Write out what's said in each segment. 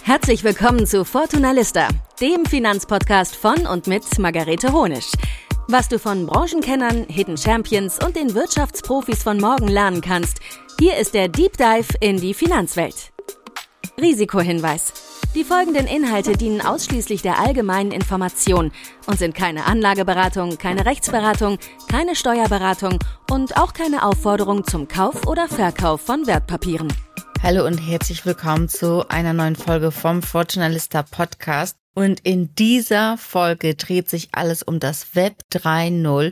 Herzlich willkommen zu Fortuna Lista, dem Finanzpodcast von und mit Margarete Honisch. Was du von Branchenkennern, Hidden Champions und den Wirtschaftsprofis von morgen lernen kannst, hier ist der Deep Dive in die Finanzwelt. Risikohinweis: Die folgenden Inhalte dienen ausschließlich der allgemeinen Information und sind keine Anlageberatung, keine Rechtsberatung, keine Steuerberatung und auch keine Aufforderung zum Kauf oder Verkauf von Wertpapieren. Hallo und herzlich willkommen zu einer neuen Folge vom Fortuna Lista Podcast. Und in dieser Folge dreht sich alles um das Web 3.0,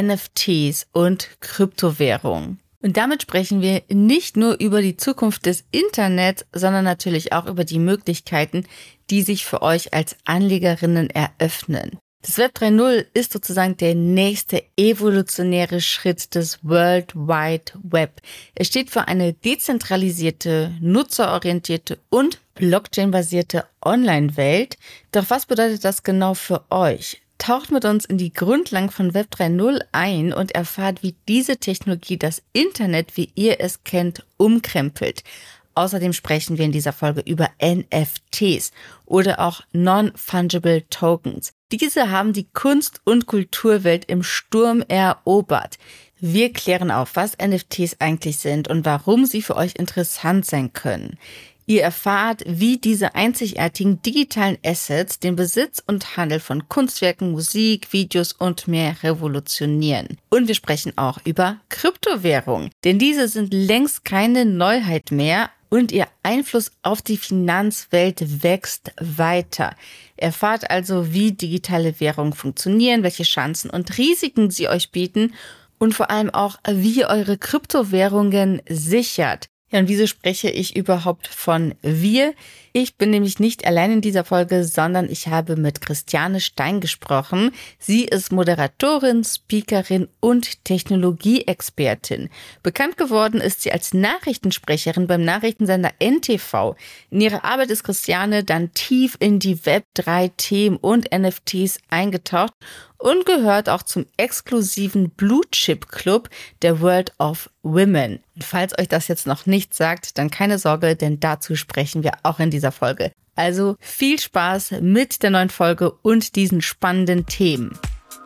NFTs und Kryptowährungen. Und damit sprechen wir nicht nur über die Zukunft des Internets, sondern natürlich auch über die Möglichkeiten, die sich für euch als Anlegerinnen eröffnen. Das Web 3.0 ist sozusagen der nächste evolutionäre Schritt des World Wide Web. Es steht für eine dezentralisierte, nutzerorientierte und Blockchain-basierte Online-Welt. Doch was bedeutet das genau für euch? Taucht mit uns in die Grundlagen von Web 3.0 ein und erfahrt, wie diese Technologie das Internet, wie ihr es kennt, umkrempelt. Außerdem sprechen wir in dieser Folge über NFTs oder auch Non-Fungible Tokens. Diese haben die Kunst- und Kulturwelt im Sturm erobert. Wir klären auf, was NFTs eigentlich sind und warum sie für euch interessant sein können. Ihr erfahrt, wie diese einzigartigen digitalen Assets den Besitz und Handel von Kunstwerken, Musik, Videos und mehr revolutionieren. Und wir sprechen auch über Kryptowährungen, denn diese sind längst keine Neuheit mehr und ihr Einfluss auf die Finanzwelt wächst weiter. Erfahrt also, wie digitale Währungen funktionieren, welche Chancen und Risiken sie euch bieten und vor allem auch, wie ihr eure Kryptowährungen sichert. Ja, und wieso spreche ich überhaupt von wir? Ich bin nämlich nicht allein in dieser Folge, sondern ich habe mit Christiane Stein gesprochen. Sie ist Moderatorin, Speakerin und Technologieexpertin. Bekannt geworden ist sie als Nachrichtensprecherin beim Nachrichtensender NTV. In ihrer Arbeit ist Christiane dann tief in die Web3-Themen und NFTs eingetaucht und gehört auch zum exklusiven Blue Chip Club der World of Women. Und falls euch das jetzt noch nicht sagt, dann keine Sorge, denn dazu sprechen wir auch in dieser Folge. Also viel Spaß mit der neuen Folge und diesen spannenden Themen.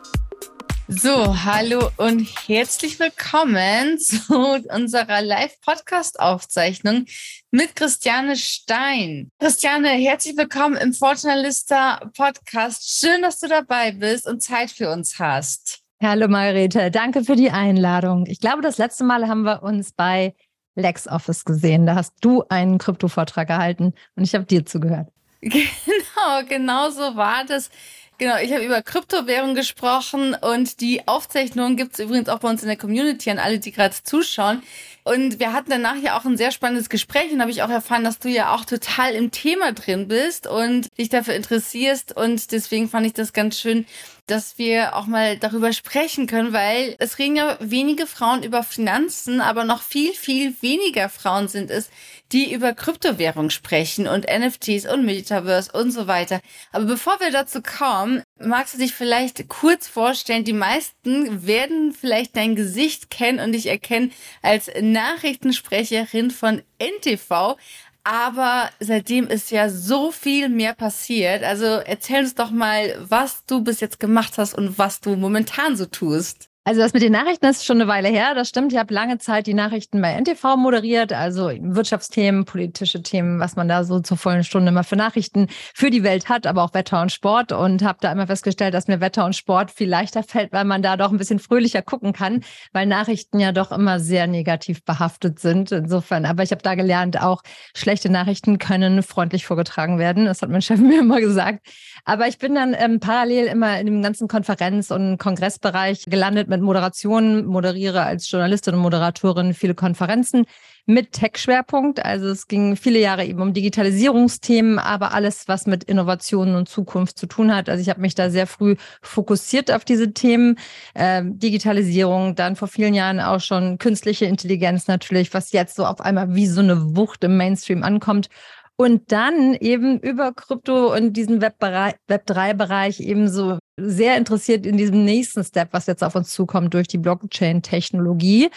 So, hallo und herzlich willkommen zu unserer Live-Podcast-Aufzeichnung mit Christiane Stein. Christiane, herzlich willkommen im Fortuna Lista Podcast. Schön, dass du dabei bist und Zeit für uns hast. Hallo Margarete, danke für die Einladung. Ich glaube, das letzte Mal haben wir uns bei LexOffice gesehen. Da hast du einen Krypto-Vortrag gehalten und ich habe dir zugehört. Genau so war das. Genau, ich habe über Kryptowährungen gesprochen und die Aufzeichnung gibt es übrigens auch bei uns in der Community an alle, die gerade zuschauen. Und wir hatten danach ja auch ein sehr spannendes Gespräch und habe ich auch erfahren, dass du ja auch total im Thema drin bist und dich dafür interessierst. Und deswegen fand ich das ganz schön, dass wir auch mal darüber sprechen können, weil es reden ja wenige Frauen über Finanzen, aber noch viel, viel weniger Frauen sind es, die über Kryptowährung sprechen und NFTs und Metaverse und so weiter. Aber bevor wir dazu kommen, magst du dich vielleicht kurz vorstellen? Die meisten werden vielleicht dein Gesicht kennen und dich erkennen als Nachrichtensprecherin von NTV. Aber seitdem ist ja so viel mehr passiert. Also erzähl uns doch mal, was du bis jetzt gemacht hast und was du momentan so tust. Also das mit den Nachrichten ist schon eine Weile her, das stimmt. Ich habe lange Zeit die Nachrichten bei NTV moderiert, also Wirtschaftsthemen, politische Themen, was man da so zur vollen Stunde immer für Nachrichten für die Welt hat, aber auch Wetter und Sport, und habe da immer festgestellt, dass mir Wetter und Sport viel leichter fällt, weil man da doch ein bisschen fröhlicher gucken kann, weil Nachrichten ja doch immer sehr negativ behaftet sind. Insofern, aber ich habe da gelernt, auch schlechte Nachrichten können freundlich vorgetragen werden. Das hat mein Chef mir immer gesagt. Aber ich bin dann parallel immer in dem ganzen Konferenz- und Kongressbereich gelandet mit Moderation, moderiere als Journalistin und Moderatorin viele Konferenzen mit Tech-Schwerpunkt. Also es ging viele Jahre eben um Digitalisierungsthemen, aber alles, was mit Innovationen und Zukunft zu tun hat. Also ich habe mich da sehr früh fokussiert auf diese Themen. Digitalisierung, dann vor vielen Jahren auch schon künstliche Intelligenz natürlich, was jetzt so auf einmal wie so eine Wucht im Mainstream ankommt. Und dann eben über Krypto und diesen Web3-Bereich eben so sehr interessiert in diesem nächsten Step, was jetzt auf uns zukommt durch die Blockchain-Technologie.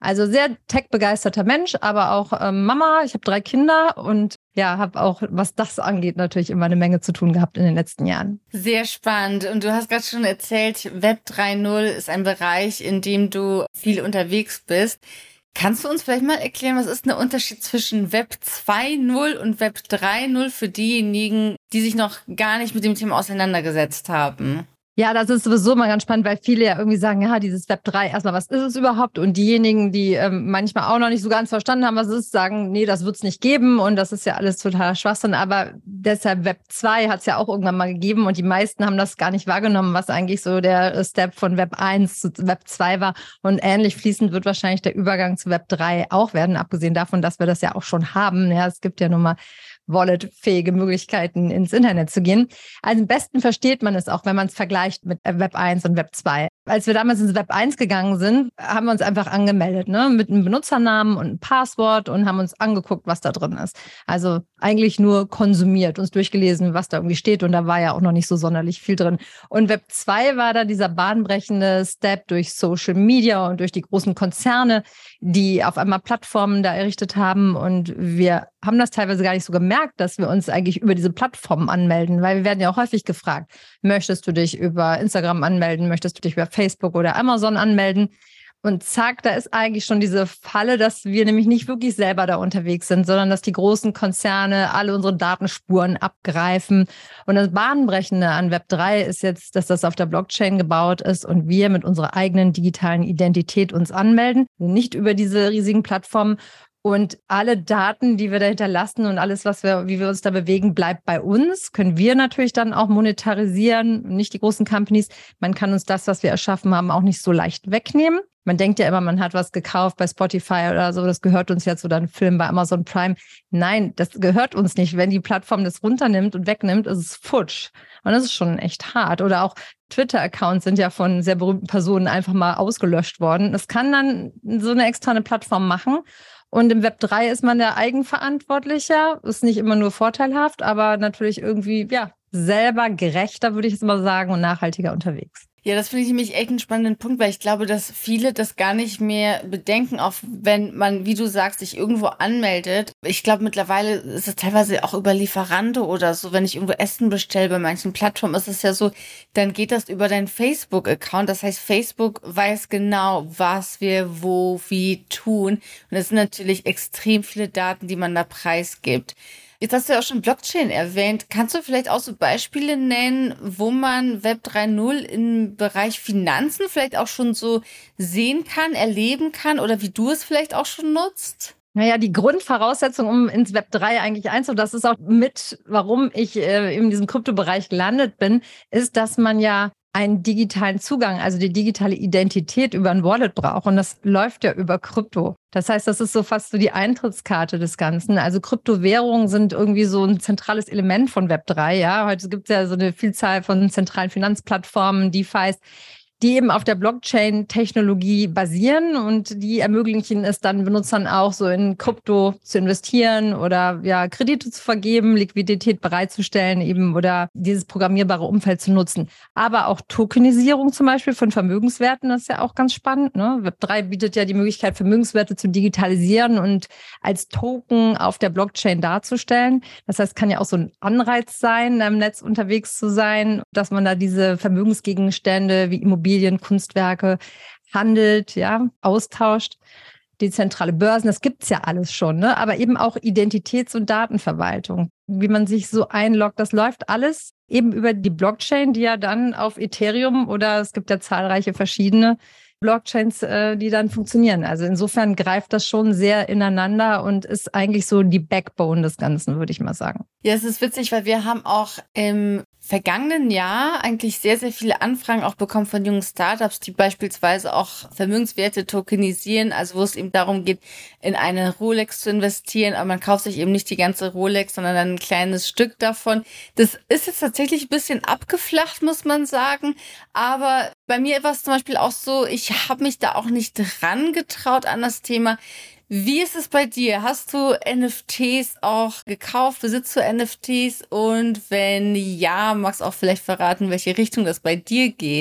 Also sehr tech-begeisterter Mensch, aber auch Mama. Ich habe 3 Kinder und ja, habe auch, was das angeht, natürlich immer eine Menge zu tun gehabt in den letzten Jahren. Sehr spannend. Und du hast gerade schon erzählt, Web 3.0 ist ein Bereich, in dem du viel unterwegs bist. Kannst du uns vielleicht mal erklären, was ist der Unterschied zwischen Web 2.0 und Web 3.0 für diejenigen, die sich noch gar nicht mit dem Thema auseinandergesetzt haben? Ja, das ist sowieso mal ganz spannend, weil viele ja irgendwie sagen, ja, dieses Web 3, erstmal, was ist es überhaupt? Und diejenigen, die manchmal auch noch nicht so ganz verstanden haben, was es ist, sagen, nee, das wird es nicht geben und das ist ja alles totaler Schwachsinn. Aber deshalb Web 2 hat es ja auch irgendwann mal gegeben und die meisten haben das gar nicht wahrgenommen, was eigentlich so der Step von Web 1 zu Web 2 war. Und ähnlich fließend wird wahrscheinlich der Übergang zu Web 3 auch werden, abgesehen davon, dass wir das ja auch schon haben. Ja, es gibt ja nun mal Wallet-fähige Möglichkeiten, ins Internet zu gehen. Also am besten versteht man es auch, wenn man es vergleicht mit Web 1 und Web 2. Als wir damals ins Web 1 gegangen sind, haben wir uns einfach angemeldet, ne, mit einem Benutzernamen und einem Passwort und haben uns angeguckt, was da drin ist. Also eigentlich nur konsumiert, uns durchgelesen, was da irgendwie steht und da war ja auch noch nicht so sonderlich viel drin. Und Web 2 war da dieser bahnbrechende Step durch Social Media und durch die großen Konzerne, die auf einmal Plattformen da errichtet haben und wir haben das teilweise gar nicht so gemerkt, dass wir uns eigentlich über diese Plattformen anmelden, weil wir werden ja auch häufig gefragt, möchtest du dich über Instagram anmelden, möchtest du dich über Facebook oder Amazon anmelden? Und zack, da ist eigentlich schon diese Falle, dass wir nämlich nicht wirklich selber da unterwegs sind, sondern dass die großen Konzerne alle unsere Datenspuren abgreifen. Und das Bahnbrechende an Web 3 ist jetzt, dass das auf der Blockchain gebaut ist und wir mit unserer eigenen digitalen Identität uns anmelden, nicht über diese riesigen Plattformen. Und alle Daten, die wir da hinterlassen und alles, wie wir uns da bewegen, bleibt bei uns. Können wir natürlich dann auch monetarisieren, nicht die großen Companies. Man kann uns das, was wir erschaffen haben, auch nicht so leicht wegnehmen. Man denkt ja immer, man hat was gekauft bei Spotify oder so, das gehört uns jetzt, oder ein Film bei Amazon Prime. Nein, das gehört uns nicht. Wenn die Plattform das runternimmt und wegnimmt, ist es futsch. Und das ist schon echt hart. Oder auch Twitter-Accounts sind ja von sehr berühmten Personen einfach mal ausgelöscht worden. Das kann dann so eine externe Plattform machen. Und im Web 3 ist man der Eigenverantwortlicher, ist nicht immer nur vorteilhaft, aber natürlich irgendwie, ja, selber gerechter, würde ich jetzt mal sagen, und nachhaltiger unterwegs. Ja, das finde ich nämlich echt einen spannenden Punkt, weil ich glaube, dass viele das gar nicht mehr bedenken, auch wenn man, wie du sagst, sich irgendwo anmeldet. Ich glaube, mittlerweile ist es teilweise auch über Lieferando oder so, wenn ich irgendwo Essen bestelle, bei manchen Plattformen ist es ja so, dann geht das über deinen Facebook-Account. Das heißt, Facebook weiß genau, was wir wo, wie tun. Und es sind natürlich extrem viele Daten, die man da preisgibt. Jetzt hast du ja auch schon Blockchain erwähnt. Kannst du vielleicht auch so Beispiele nennen, wo man Web 3.0 im Bereich Finanzen vielleicht auch schon so sehen kann, erleben kann oder wie du es vielleicht auch schon nutzt? Naja, die Grundvoraussetzung, um ins Web 3 eigentlich einzugehen, das ist auch mit, warum ich in diesem Kryptobereich gelandet bin, ist, dass man ja einen digitalen Zugang, also die digitale Identität über ein Wallet braucht. Und das läuft ja über Krypto. Das heißt, das ist so fast so die Eintrittskarte des Ganzen. Also Kryptowährungen sind irgendwie so ein zentrales Element von Web 3. Ja, heute gibt es ja so eine Vielzahl von zentralen Finanzplattformen, DeFis, die eben auf der Blockchain-Technologie basieren und die ermöglichen es dann Benutzern auch so in Krypto zu investieren oder ja Kredite zu vergeben, Liquidität bereitzustellen eben oder dieses programmierbare Umfeld zu nutzen. Aber auch Tokenisierung zum Beispiel von Vermögenswerten, das ist ja auch ganz spannend. Ne? Web3 bietet ja die Möglichkeit, Vermögenswerte zu digitalisieren und als Token auf der Blockchain darzustellen. Das heißt, kann ja auch so ein Anreiz sein, im Netz unterwegs zu sein, dass man da diese Vermögensgegenstände wie Immobilien, Kunstwerke handelt, ja, austauscht. Dezentrale Börsen, das gibt's ja alles schon, ne? Aber eben auch Identitäts- und Datenverwaltung. Wie man sich so einloggt, das läuft alles eben über die Blockchain, die ja dann auf Ethereum oder es gibt ja zahlreiche verschiedene Blockchains, die dann funktionieren. Also insofern greift das schon sehr ineinander und ist eigentlich so die Backbone des Ganzen, würde ich mal sagen. Ja, es ist witzig, weil wir haben auch im vergangenen Jahr eigentlich sehr, sehr viele Anfragen auch bekommen von jungen Startups, die beispielsweise auch Vermögenswerte tokenisieren, also wo es eben darum geht, in eine Rolex zu investieren, aber man kauft sich eben nicht die ganze Rolex, sondern dann ein kleines Stück davon. Das ist jetzt tatsächlich ein bisschen abgeflacht, muss man sagen, aber bei mir war es zum Beispiel auch so, ich habe mich da auch nicht dran getraut an das Thema. Wie ist es bei dir? Hast du NFTs auch gekauft? Besitzt du NFTs? Und wenn ja, magst du auch vielleicht verraten, welche Richtung das bei dir geht?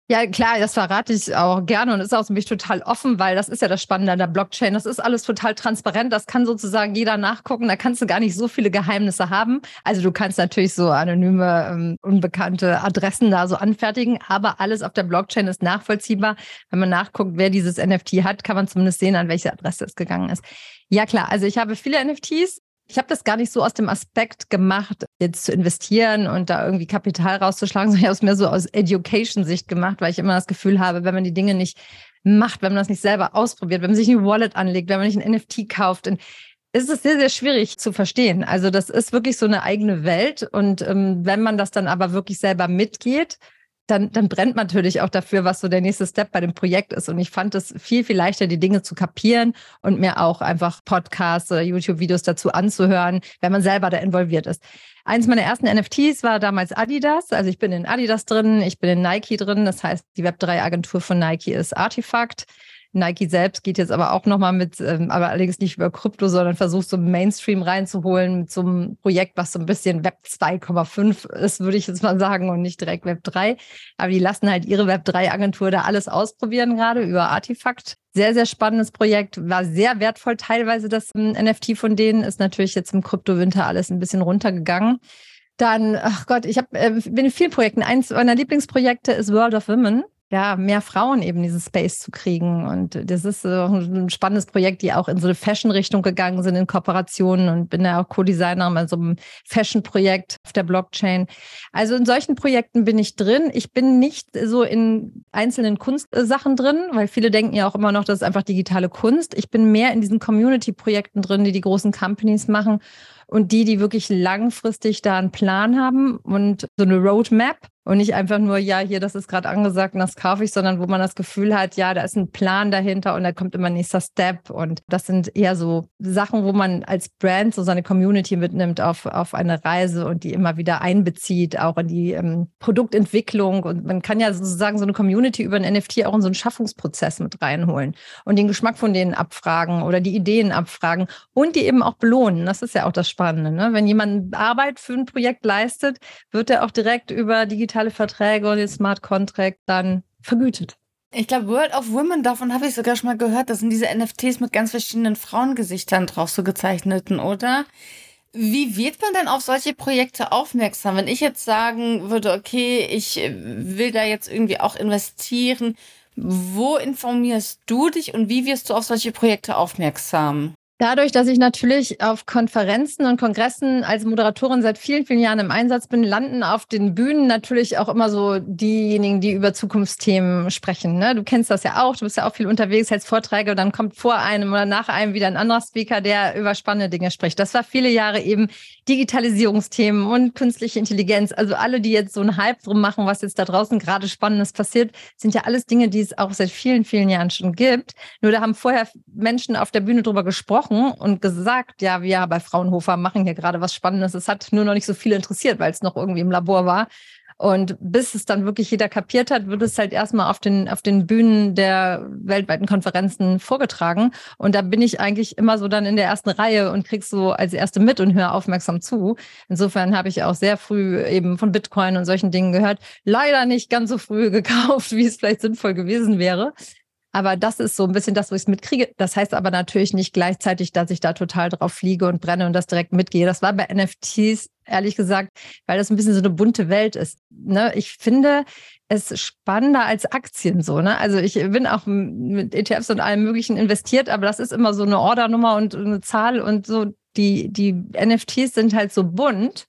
Ja, klar, das verrate ich auch gerne und ist auch für mich total offen, weil das ist ja das Spannende an der Blockchain. Das ist alles total transparent. Das kann sozusagen jeder nachgucken. Da kannst du gar nicht so viele Geheimnisse haben. Also du kannst natürlich so anonyme, unbekannte Adressen da so anfertigen, aber alles auf der Blockchain ist nachvollziehbar. Wenn man nachguckt, wer dieses NFT hat, kann man zumindest sehen, an welche Adresse es gegangen ist. Ja, klar. Also ich habe viele NFTs. Ich habe das gar nicht so aus dem Aspekt gemacht, jetzt zu investieren und da irgendwie Kapital rauszuschlagen, sondern ich habe es mehr so aus Education-Sicht gemacht, weil ich immer das Gefühl habe, wenn man die Dinge nicht macht, wenn man das nicht selber ausprobiert, wenn man sich ein Wallet anlegt, wenn man nicht ein NFT kauft, dann ist es sehr, sehr schwierig zu verstehen. Also das ist wirklich so eine eigene Welt und wenn man das dann aber wirklich selber mitgeht, dann brennt man natürlich auch dafür, was so der nächste Step bei dem Projekt ist. Und ich fand es viel, viel leichter, die Dinge zu kapieren und mir auch einfach Podcasts oder YouTube-Videos dazu anzuhören, wenn man selber da involviert ist. Eins meiner ersten NFTs war damals Adidas. Also ich bin in Adidas drin, ich bin in Nike drin. Das heißt, die Web3-Agentur von Nike ist Artifact. Nike selbst geht jetzt aber auch nochmal mit, aber allerdings nicht über Krypto, sondern versucht so Mainstream reinzuholen mit so einem Projekt, was so ein bisschen Web 2,5 ist, würde ich jetzt mal sagen, und nicht direkt Web 3. Aber die lassen halt ihre Web 3-Agentur da alles ausprobieren, gerade über Artifact. Sehr, sehr spannendes Projekt, war sehr wertvoll. Teilweise das NFT von denen ist natürlich jetzt im Kryptowinter alles ein bisschen runtergegangen. Dann, ach Gott, bin in vielen Projekten. Eins meiner Lieblingsprojekte ist World of Women. Ja, mehr Frauen eben in diesen Space zu kriegen. Und das ist ein spannendes Projekt, die auch in so eine Fashion-Richtung gegangen sind in Kooperationen und bin da auch Co-Designer bei so einem Fashion-Projekt auf der Blockchain. Also in solchen Projekten bin ich drin. Ich bin nicht so in einzelnen Kunstsachen drin, weil viele denken ja auch immer noch, das ist einfach digitale Kunst. Ich bin mehr in diesen Community-Projekten drin, die großen Companies machen und die wirklich langfristig da einen Plan haben und so eine Roadmap. Und nicht einfach nur, ja, hier, das ist gerade angesagt und das kaufe ich, sondern wo man das Gefühl hat, ja, da ist ein Plan dahinter und da kommt immer ein nächster Step. Und das sind eher so Sachen, wo man als Brand so seine Community mitnimmt auf eine Reise und die immer wieder einbezieht, auch in die Produktentwicklung. Und man kann ja sozusagen so eine Community über einen NFT auch in so einen Schaffungsprozess mit reinholen und den Geschmack von denen abfragen oder die Ideen abfragen und die eben auch belohnen. Das ist ja auch das Spannende, ne? Wenn jemand Arbeit für ein Projekt leistet, wird er auch direkt über digitale Verträge und den Smart Contract dann vergütet. Ich glaube, World of Women, davon habe ich sogar schon mal gehört. Das sind diese NFTs mit ganz verschiedenen Frauengesichtern drauf, so gezeichneten, oder? Wie wird man denn auf solche Projekte aufmerksam? Wenn ich jetzt sagen würde, okay, ich will da jetzt irgendwie auch investieren, wo informierst du dich und wie wirst du auf solche Projekte aufmerksam? Dadurch, dass ich natürlich auf Konferenzen und Kongressen als Moderatorin seit vielen, vielen Jahren im Einsatz bin, landen auf den Bühnen natürlich auch immer so diejenigen, die über Zukunftsthemen sprechen. Ne? Du kennst das ja auch, du bist ja auch viel unterwegs, hältst Vorträge und dann kommt vor einem oder nach einem wieder ein anderer Speaker, der über spannende Dinge spricht. Das war viele Jahre eben Digitalisierungsthemen und künstliche Intelligenz. Also alle, die jetzt so einen Hype drum machen, was jetzt da draußen gerade Spannendes passiert, sind ja alles Dinge, die es auch seit vielen, vielen Jahren schon gibt. Nur da haben vorher Menschen auf der Bühne drüber gesprochen und gesagt, ja, wir bei Fraunhofer machen hier gerade was Spannendes. Es hat nur noch nicht so viele interessiert, weil es noch irgendwie im Labor war. Und bis es dann wirklich jeder kapiert hat, wird es halt erstmal auf den Bühnen der weltweiten Konferenzen vorgetragen. Und da bin ich eigentlich immer so dann in der ersten Reihe und krieg so als Erste mit und höre aufmerksam zu. Insofern habe ich auch sehr früh eben von Bitcoin und solchen Dingen gehört. Leider nicht ganz so früh gekauft, wie es vielleicht sinnvoll gewesen wäre. Aber das ist so ein bisschen das, wo ich es mitkriege. Das heißt aber natürlich nicht gleichzeitig, dass ich da total drauf fliege und brenne und das direkt mitgehe. Das war bei NFTs, ehrlich gesagt, weil das ein bisschen so eine bunte Welt ist. Ne? Ich finde es spannender als Aktien so. Ne? Also ich bin auch mit ETFs und allem Möglichen investiert, aber das ist immer so eine Ordernummer und eine Zahl und so. Die NFTs sind halt so bunt.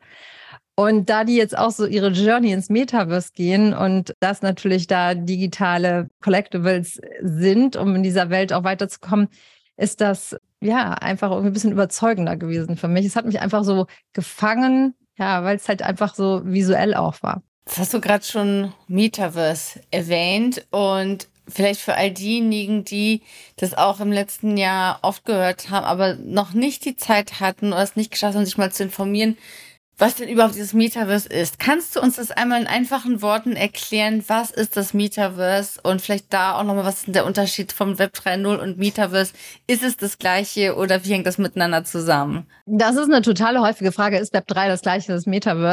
Und da die jetzt auch so ihre Journey ins Metaverse gehen und das natürlich da digitale Collectibles sind, um in dieser Welt auch weiterzukommen, ist das ja einfach irgendwie ein bisschen überzeugender gewesen für mich. Es hat mich einfach so gefangen, ja, weil es halt einfach so visuell auch war. Das hast du gerade schon Metaverse erwähnt und vielleicht für all diejenigen, die das auch im letzten Jahr oft gehört haben, aber noch nicht die Zeit hatten oder es nicht geschafft haben, sich mal zu informieren, was denn überhaupt dieses Metaverse ist. Kannst du uns das einmal in einfachen Worten erklären? Was ist das Metaverse? Und vielleicht da auch nochmal, was ist denn der Unterschied vom Web 3.0 und Metaverse? Ist es das Gleiche oder wie hängt das miteinander zusammen? Das ist eine totale häufige Frage. Ist Web 3 das Gleiche wie das Metaverse?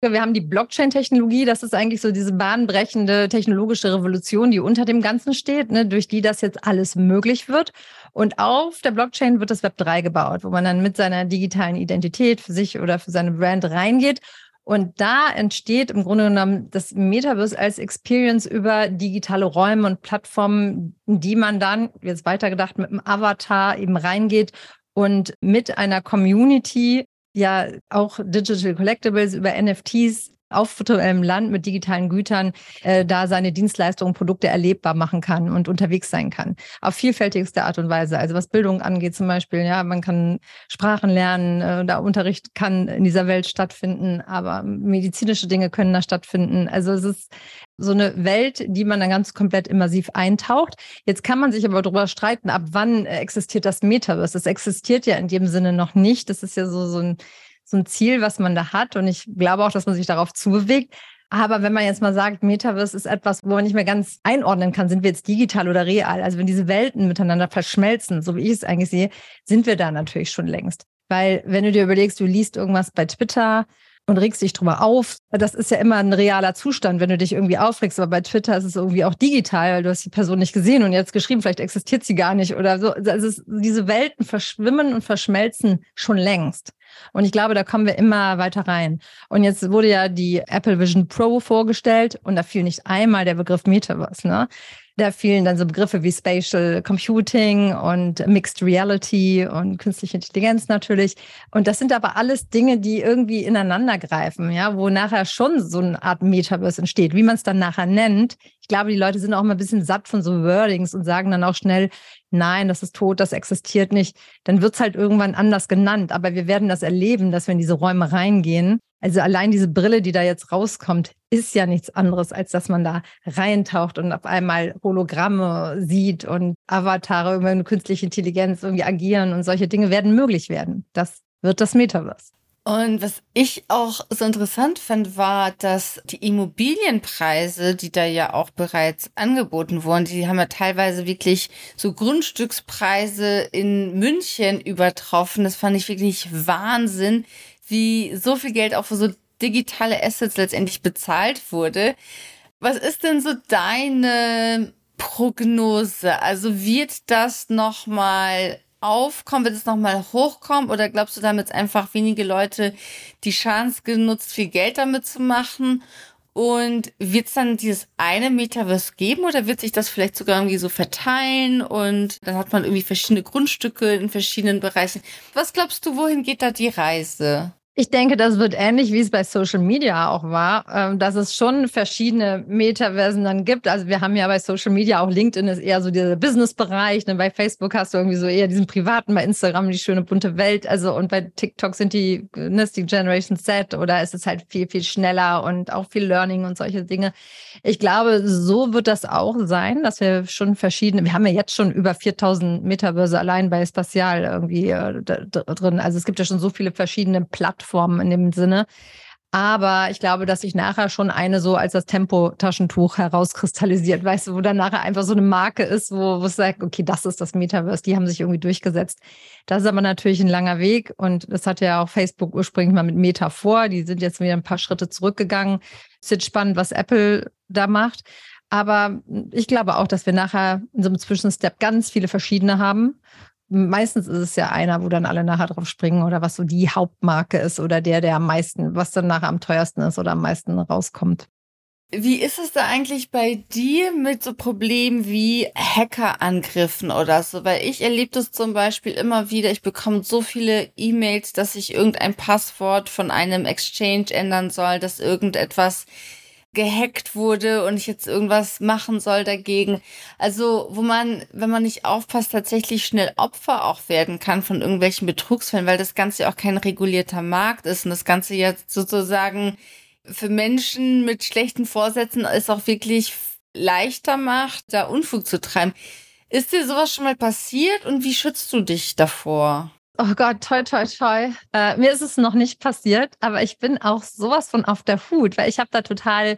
Wir haben die Blockchain-Technologie, das ist eigentlich so diese bahnbrechende technologische Revolution, die unter dem Ganzen steht, ne, durch die das jetzt alles möglich wird. Und auf der Blockchain wird das Web 3 gebaut, wo man dann mit seiner digitalen Identität für sich oder für seine Brand reingeht. Und da entsteht im Grunde genommen das Metaverse als Experience über digitale Räume und Plattformen, die man dann, jetzt weitergedacht, mit einem Avatar eben reingeht und mit einer Community, ja auch Digital Collectibles über NFTs auf virtuellem Land mit digitalen Gütern da seine Dienstleistungen, Produkte erlebbar machen kann und unterwegs sein kann. Auf vielfältigste Art und Weise. Also was Bildung angeht zum Beispiel, ja, man kann Sprachen lernen, der Unterricht kann in dieser Welt stattfinden, aber medizinische Dinge können da stattfinden. Also es ist so eine Welt, die man dann ganz komplett immersiv eintaucht. Jetzt kann man sich aber darüber streiten, ab wann existiert das Metaverse. Das existiert ja in dem Sinne noch nicht. Das ist ja so ein Ziel, was man da hat. Und ich glaube auch, dass man sich darauf zubewegt. Aber wenn man jetzt mal sagt, Metaverse ist etwas, wo man nicht mehr ganz einordnen kann, sind wir jetzt digital oder real? Also wenn diese Welten miteinander verschmelzen, so wie ich es eigentlich sehe, sind wir da natürlich schon längst. Weil wenn du dir überlegst, du liest irgendwas bei Twitter und regst dich drüber auf, das ist ja immer ein realer Zustand, wenn du dich irgendwie aufregst. Aber bei Twitter ist es irgendwie auch digital, weil du hast die Person nicht gesehen und jetzt geschrieben, vielleicht existiert sie gar nicht oder so. Also diese Welten verschwimmen und verschmelzen schon längst. Und ich glaube, da kommen wir immer weiter rein. Und jetzt wurde ja die Apple Vision Pro vorgestellt und da fiel nicht einmal der Begriff Metaverse, ne? Da fielen dann so Begriffe wie Spatial Computing und Mixed Reality und künstliche Intelligenz natürlich. Und das sind aber alles Dinge, die irgendwie ineinander greifen, ja, wo nachher schon so eine Art Metaverse entsteht. Wie man es dann nachher nennt, ich glaube, die Leute sind auch mal ein bisschen satt von so Wordings und sagen dann auch schnell, nein, das ist tot, das existiert nicht. Dann wird es halt irgendwann anders genannt. Aber wir werden das erleben, dass wir in diese Räume reingehen. Also allein diese Brille, die da jetzt rauskommt, ist ja nichts anderes, als dass man da reintaucht und auf einmal Hologramme sieht und Avatare über eine künstliche Intelligenz irgendwie agieren und solche Dinge werden möglich werden. Das wird das Metaverse. Und was ich auch so interessant fand, war, dass die Immobilienpreise, die da ja auch bereits angeboten wurden, die haben ja teilweise wirklich so Grundstückspreise in München übertroffen. Das fand ich wirklich Wahnsinn, wie so viel Geld auch für so digitale Assets letztendlich bezahlt wurde. Was ist denn so deine Prognose? Also wird das nochmal aufkommen, wird es nochmal hochkommen oder glaubst du, damit einfach wenige Leute die Chance genutzt, viel Geld damit zu machen? Und wird es dann dieses eine Metaverse geben oder wird sich das vielleicht sogar irgendwie so verteilen und dann hat man irgendwie verschiedene Grundstücke in verschiedenen Bereichen? Was glaubst du, wohin geht da die Reise? Ich denke, das wird ähnlich, wie es bei Social Media auch war, dass es schon verschiedene Metaversen dann gibt. Also wir haben ja bei Social Media auch LinkedIn ist eher so dieser Business-Bereich. Ne? Bei Facebook hast du irgendwie so eher diesen privaten, bei Instagram die schöne bunte Welt. Also und bei TikTok sind die Generation Z oder ist es halt viel, viel schneller und auch viel Learning und solche Dinge. Ich glaube, so wird das auch sein, dass wir schon wir haben ja jetzt schon über 4000 Metaverse allein bei Spatial irgendwie drin. Also es gibt ja schon so viele verschiedene Plattformen in dem Sinne. Aber ich glaube, dass sich nachher schon eine so als das Tempo-Taschentuch herauskristallisiert, weißt du, wo dann nachher einfach so eine Marke ist, wo es sagt, okay, das ist das Metaverse, die haben sich irgendwie durchgesetzt. Das ist aber natürlich ein langer Weg und das hatte ja auch Facebook ursprünglich mal mit Meta vor. Die sind jetzt wieder ein paar Schritte zurückgegangen. Es ist jetzt spannend, was Apple da macht. Aber ich glaube auch, dass wir nachher in so einem Zwischenstep ganz viele verschiedene haben. Meistens ist es ja einer, wo dann alle nachher drauf springen oder was so die Hauptmarke ist oder der am meisten, was dann nachher am teuersten ist oder am meisten rauskommt. Wie ist es da eigentlich bei dir mit so Problemen wie Hackerangriffen oder so? Weil ich erlebe das zum Beispiel immer wieder. Ich bekomme so viele E-Mails, dass ich irgendein Passwort von einem Exchange ändern soll, dass irgendetwas gehackt wurde und ich jetzt irgendwas machen soll dagegen. Also, wo man, wenn man nicht aufpasst, tatsächlich schnell Opfer auch werden kann von irgendwelchen Betrugsfällen, weil das Ganze ja auch kein regulierter Markt ist und das Ganze jetzt sozusagen für Menschen mit schlechten Vorsätzen es auch wirklich leichter macht, da Unfug zu treiben. Ist dir sowas schon mal passiert und wie schützt du dich davor? Oh Gott, toi, toi, toi. Mir ist es noch nicht passiert, aber ich bin auch sowas von auf der Hut, weil ich habe da total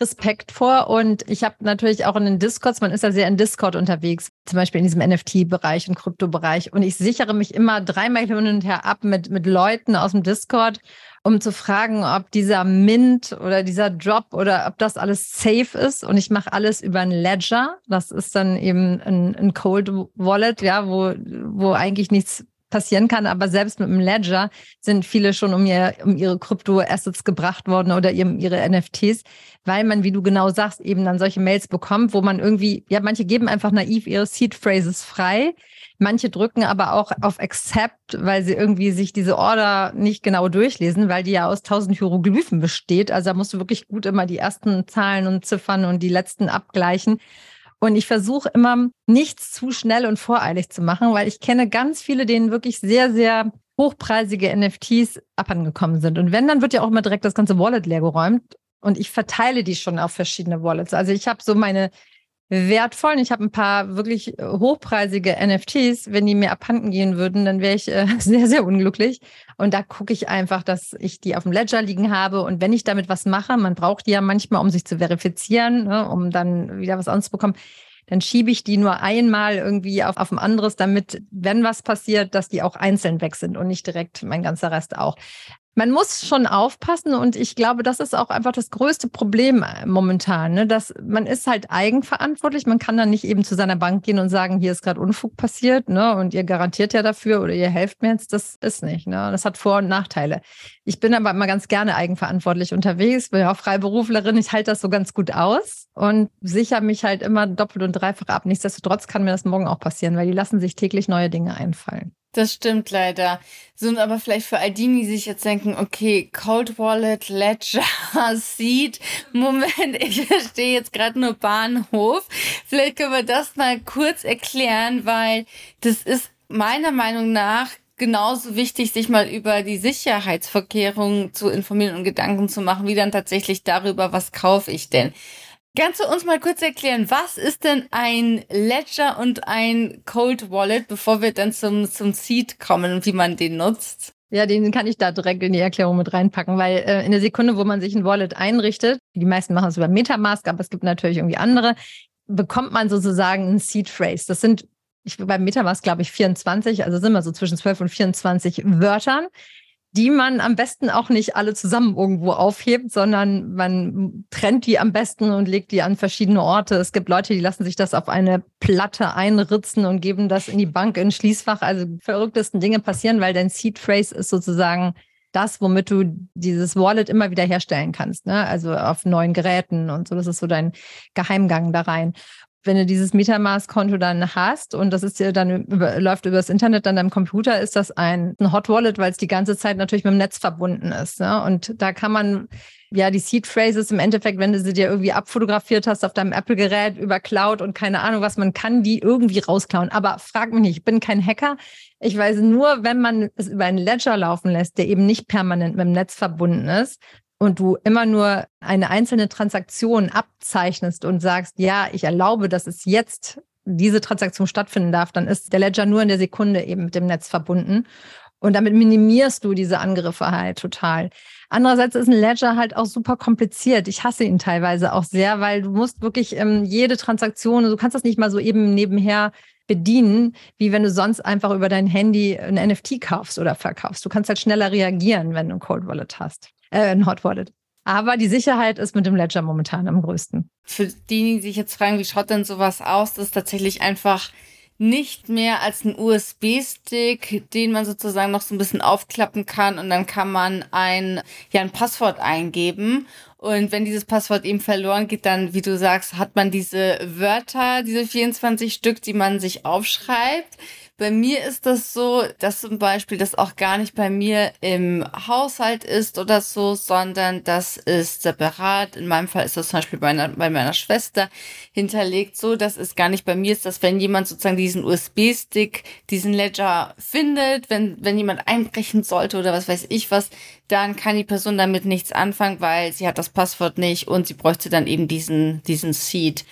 Respekt vor und ich habe natürlich auch in den Discords, man ist ja sehr in Discord unterwegs, zum Beispiel in diesem NFT-Bereich und Krypto-Bereich und ich sichere mich immer 3-mal hin und her ab mit Leuten aus dem Discord, um zu fragen, ob dieser Mint oder dieser Drop oder ob das alles safe ist und ich mache alles über ein Ledger, das ist dann eben ein Cold Wallet, ja, wo eigentlich nichts passieren kann, aber selbst mit dem Ledger sind viele schon um ihre Krypto-Assets gebracht worden oder ihre NFTs, weil man, wie du genau sagst, eben dann solche Mails bekommt, wo man irgendwie, ja, manche geben einfach naiv ihre Seed-Phrases frei, manche drücken aber auch auf Accept, weil sie irgendwie sich diese Order nicht genau durchlesen, weil die ja aus 1000 Hieroglyphen besteht, also da musst du wirklich gut immer die ersten Zahlen und Ziffern und die letzten abgleichen. Und ich versuche immer, nichts zu schnell und voreilig zu machen, weil ich kenne ganz viele, denen wirklich sehr, sehr hochpreisige NFTs abhandengekommen sind. Und wenn, dann wird ja auch immer direkt das ganze Wallet leergeräumt. Und ich verteile die schon auf verschiedene Wallets. Also ich habe so meine wertvollen, ich habe ein paar wirklich hochpreisige NFTs. Wenn die mir abhanden gehen würden, dann wäre ich sehr, sehr unglücklich. Und da gucke ich einfach, dass ich die auf dem Ledger liegen habe. Und wenn ich damit was mache, man braucht die ja manchmal, um sich zu verifizieren, ne, um dann wieder was anderes zu bekommen, dann schiebe ich die nur einmal irgendwie auf ein anderes, damit, wenn was passiert, dass die auch einzeln weg sind und nicht direkt mein ganzer Rest auch. Man muss schon aufpassen und ich glaube, das ist auch einfach das größte Problem momentan, ne? Dass man ist halt eigenverantwortlich. Man kann dann nicht eben zu seiner Bank gehen und sagen, hier ist gerade Unfug passiert, ne? Und ihr garantiert ja dafür oder ihr helft mir jetzt. Das ist nicht, ne? Das hat Vor- und Nachteile. Ich bin aber immer ganz gerne eigenverantwortlich unterwegs, bin ja auch Freiberuflerin. Ich halte das so ganz gut aus und sichere mich halt immer doppelt und dreifach ab. Nichtsdestotrotz kann mir das morgen auch passieren, weil die lassen sich täglich neue Dinge einfallen. Das stimmt leider. So, aber vielleicht für all die, die sich jetzt denken, okay, Cold Wallet, Ledger, Seed, Moment, ich verstehe jetzt gerade nur Bahnhof. Vielleicht können wir das mal kurz erklären, weil das ist meiner Meinung nach genauso wichtig, sich mal über die Sicherheitsvorkehrungen zu informieren und Gedanken zu machen, wie dann tatsächlich darüber, was kaufe ich denn. Kannst du uns mal kurz erklären, was ist denn ein Ledger und ein Cold Wallet, bevor wir dann zum Seed kommen und wie man den nutzt? Ja, den kann ich da direkt in die Erklärung mit reinpacken, weil in der Sekunde, wo man sich ein Wallet einrichtet, die meisten machen es über MetaMask, aber es gibt natürlich irgendwie andere, bekommt man sozusagen ein Seed Phrase. Das sind, beim MetaMask glaube ich 24, also sind wir so zwischen 12 und 24 Wörtern, die man am besten auch nicht alle zusammen irgendwo aufhebt, sondern man trennt die am besten und legt die an verschiedene Orte. Es gibt Leute, die lassen sich das auf eine Platte einritzen und geben das in die Bank, in ein Schließfach. Also die verrücktesten Dinge passieren, weil dein Seed Phrase ist sozusagen das, womit du dieses Wallet immer wieder herstellen kannst, ne? Also auf neuen Geräten und so. Das ist so dein Geheimgang da rein. Wenn du dieses MetaMask-Konto dann hast und das ist ja dann läuft über das Internet an deinem Computer, ist das ein Hot Wallet, weil es die ganze Zeit natürlich mit dem Netz verbunden ist, ne? Und da kann man ja die Seed Phrases im Endeffekt, wenn du sie dir irgendwie abfotografiert hast auf deinem Apple-Gerät über Cloud und keine Ahnung was, man kann die irgendwie rausklauen. Aber frag mich nicht, ich bin kein Hacker. Ich weiß nur, wenn man es über einen Ledger laufen lässt, der eben nicht permanent mit dem Netz verbunden ist, und du immer nur eine einzelne Transaktion abzeichnest und sagst, ja, ich erlaube, dass es jetzt diese Transaktion stattfinden darf, dann ist der Ledger nur in der Sekunde eben mit dem Netz verbunden. Und damit minimierst du diese Angriffe halt total. Andererseits ist ein Ledger halt auch super kompliziert. Ich hasse ihn teilweise auch sehr, weil du musst wirklich jede Transaktion, du kannst das nicht mal so eben nebenher bedienen, wie wenn du sonst einfach über dein Handy ein NFT kaufst oder verkaufst. Du kannst halt schneller reagieren, wenn du ein Cold Wallet hast. Ein Hot Wallet. Aber die Sicherheit ist mit dem Ledger momentan am größten. Für die sich jetzt fragen, wie schaut denn sowas aus, das ist tatsächlich einfach nicht mehr als ein USB-Stick, den man sozusagen noch so ein bisschen aufklappen kann und dann kann man ein Passwort eingeben. Und wenn dieses Passwort eben verloren geht, dann, wie du sagst, hat man diese Wörter, diese 24 Stück, die man sich aufschreibt. Bei mir ist das so, dass zum Beispiel das auch gar nicht bei mir im Haushalt ist oder so, sondern das ist separat. In meinem Fall ist das zum Beispiel bei meiner Schwester hinterlegt so, dass es gar nicht bei mir ist, dass wenn jemand sozusagen diesen USB-Stick, diesen Ledger findet, wenn jemand einbrechen sollte oder was weiß ich was, dann kann die Person damit nichts anfangen, weil sie hat das Passwort nicht und sie bräuchte dann eben diesen Seed.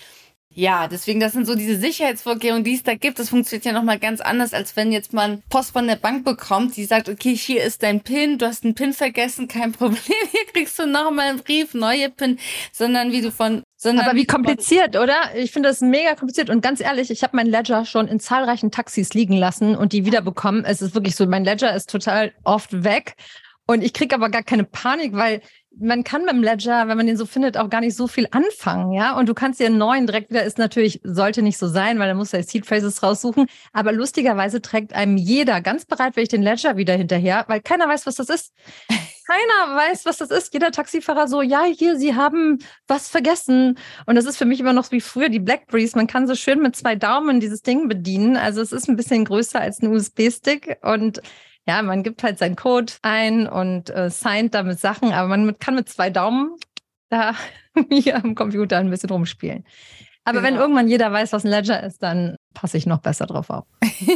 Ja, deswegen, das sind so diese Sicherheitsvorkehrungen, die es da gibt. Das funktioniert ja nochmal ganz anders, als wenn jetzt man Post von der Bank bekommt, die sagt, okay, hier ist dein PIN, du hast einen PIN vergessen, kein Problem, hier kriegst du nochmal einen Brief, neue PIN, Aber wie kompliziert, oder? Ich finde das mega kompliziert. Und ganz ehrlich, ich habe mein Ledger schon in zahlreichen Taxis liegen lassen und die wiederbekommen. Es ist wirklich so, mein Ledger ist total oft weg. Und ich kriege aber gar keine Panik, weil man kann beim Ledger, wenn man den so findet, auch gar nicht so viel anfangen, ja. Und du kannst dir einen neuen direkt wieder, sollte nicht so sein, weil dann musst du ja Seed Phrases raussuchen. Aber lustigerweise trägt einem jeder ganz bereitwillig den Ledger wieder hinterher, weil keiner weiß, was das ist. Keiner weiß, was das ist. Jeder Taxifahrer so, ja, hier, Sie haben was vergessen. Und das ist für mich immer noch wie früher die Blackberries. Man kann so schön mit 2 Daumen dieses Ding bedienen. Also es ist ein bisschen größer als ein USB-Stick und ja, man gibt halt seinen Code ein und signed damit Sachen, aber man kann mit 2 Daumen da hier am Computer ein bisschen rumspielen. Aber Wenn irgendwann jeder weiß, was ein Ledger ist, dann passe ich noch besser drauf auf.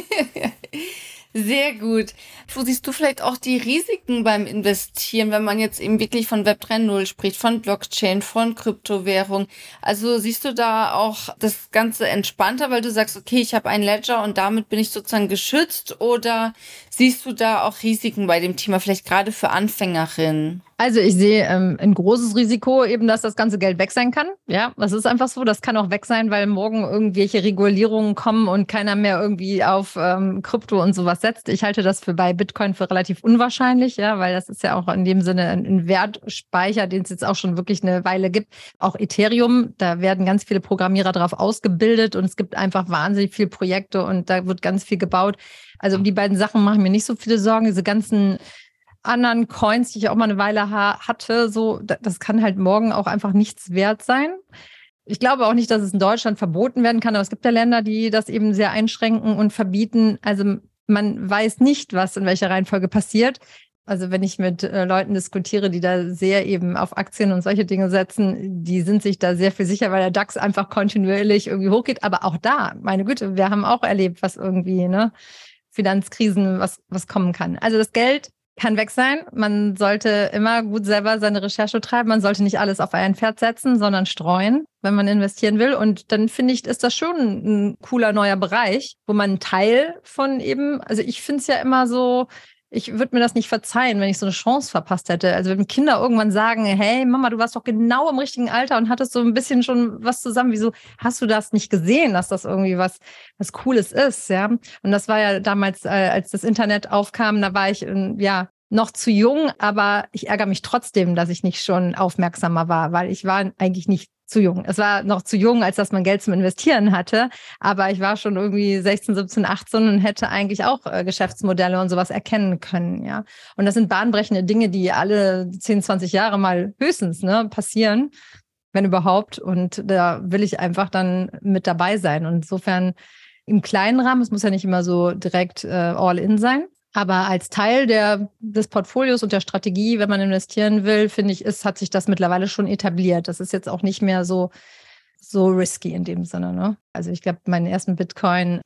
Sehr gut. Wo siehst du vielleicht auch die Risiken beim Investieren, wenn man jetzt eben wirklich von Web 3.0 spricht, von Blockchain, von Kryptowährung? Also siehst du da auch das Ganze entspannter, weil du sagst, okay, ich habe ein Ledger und damit bin ich sozusagen geschützt? Oder siehst du da auch Risiken bei dem Thema, vielleicht gerade für Anfängerinnen? Also ich sehe ein großes Risiko eben, dass das ganze Geld weg sein kann. Ja, das ist einfach so. Das kann auch weg sein, weil morgen irgendwelche Regulierungen kommen und keiner mehr irgendwie auf Krypto und sowas setzt. Ich halte das bei Bitcoin für relativ unwahrscheinlich, ja, weil das ist ja auch in dem Sinne ein Wertspeicher, den es jetzt auch schon wirklich eine Weile gibt. Auch Ethereum, da werden ganz viele Programmierer drauf ausgebildet und es gibt einfach wahnsinnig viele Projekte und da wird ganz viel gebaut. Also um die beiden Sachen mache ich mir nicht so viele Sorgen. Diese ganzen anderen Coins, die ich auch mal eine Weile hatte, so, das kann halt morgen auch einfach nichts wert sein. Ich glaube auch nicht, dass es in Deutschland verboten werden kann, aber es gibt ja Länder, die das eben sehr einschränken und verbieten. Also man weiß nicht, was in welcher Reihenfolge passiert. Also wenn ich mit Leuten diskutiere, die da sehr eben auf Aktien und solche Dinge setzen, die sind sich da sehr viel sicher, weil der DAX einfach kontinuierlich irgendwie hochgeht. Aber auch da, meine Güte, wir haben auch erlebt, was irgendwie, Finanzkrisen, was kommen kann. Also das Geld kann weg sein. Man sollte immer gut selber seine Recherche treiben. Man sollte nicht alles auf ein Pferd setzen, sondern streuen, wenn man investieren will. Und dann finde ich, ist das schon ein cooler neuer Bereich, wo man einen Teil von eben, also ich finde es ja immer so, ich würde mir das nicht verzeihen, wenn ich so eine Chance verpasst hätte. Also wenn Kinder irgendwann sagen, hey Mama, du warst doch genau im richtigen Alter und hattest so ein bisschen schon was zusammen. Wieso hast du das nicht gesehen, dass das irgendwie was Cooles ist, ja? Und das war ja damals, als das Internet aufkam, da war ich, noch zu jung, aber ich ärgere mich trotzdem, dass ich nicht schon aufmerksamer war, weil ich war eigentlich nicht zu jung. Es war noch zu jung, als dass man Geld zum Investieren hatte, aber ich war schon irgendwie 16, 17, 18 und hätte eigentlich auch Geschäftsmodelle und sowas erkennen können, ja. Und das sind bahnbrechende Dinge, die alle 10, 20 Jahre mal höchstens passieren, wenn überhaupt. Und da will ich einfach dann mit dabei sein. Und insofern im kleinen Rahmen, es muss ja nicht immer so direkt all in sein. Aber als Teil des Portfolios und der Strategie, wenn man investieren will, finde ich, hat sich das mittlerweile schon etabliert. Das ist jetzt auch nicht mehr so risky in dem Sinne, ne? Also ich glaube, meinen ersten Bitcoin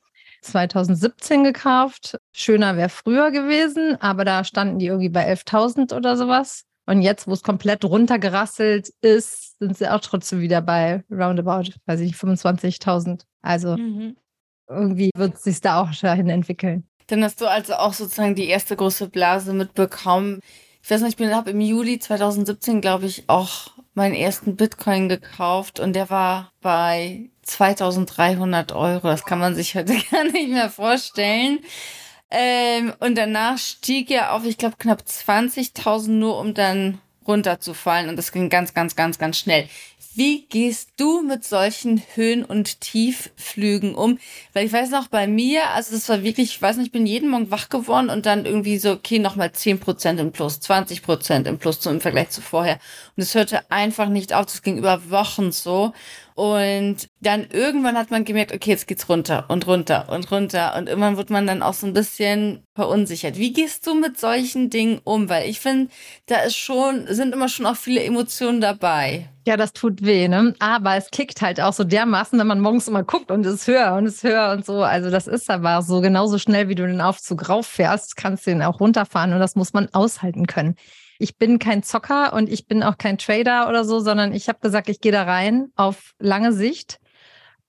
2017 gekauft. Schöner wäre früher gewesen, aber da standen die irgendwie bei 11.000 oder sowas. Und jetzt, wo es komplett runtergerasselt ist, sind sie auch trotzdem wieder bei roundabout, 25.000. Also irgendwie wird es sich da auch dahin entwickeln. Dann hast du also auch sozusagen die erste große Blase mitbekommen. Ich weiß nicht, ich habe im Juli 2017, glaube ich, auch meinen ersten Bitcoin gekauft und der war bei 2.300 Euro. Das kann man sich heute gar nicht mehr vorstellen. Und danach stieg er auf, ich glaube, knapp 20.000, nur um dann runterzufallen. Und das ging ganz, ganz, ganz, ganz schnell. Wie gehst du mit solchen Höhen- und Tiefflügen um? Weil ich weiß noch, bei mir, also das war wirklich, ich weiß nicht, ich bin jeden Morgen wach geworden und dann irgendwie so, okay, nochmal 10% im Plus, 20% im Plus im Vergleich zu vorher. Und es hörte einfach nicht auf, das ging über Wochen so. Und dann irgendwann hat man gemerkt, okay, jetzt geht's runter und runter und runter. Und irgendwann wird man dann auch so ein bisschen verunsichert. Wie gehst du mit solchen Dingen um? Weil ich finde, sind immer schon auch viele Emotionen dabei. Ja, das tut weh, ne? Aber es kickt halt auch so dermaßen, wenn man morgens immer guckt und es ist höher und so. Also das ist aber so, genauso schnell, wie du den Aufzug rauffährst, kannst du den auch runterfahren und das muss man aushalten können. Ich bin kein Zocker und ich bin auch kein Trader oder so, sondern ich habe gesagt, ich gehe da rein auf lange Sicht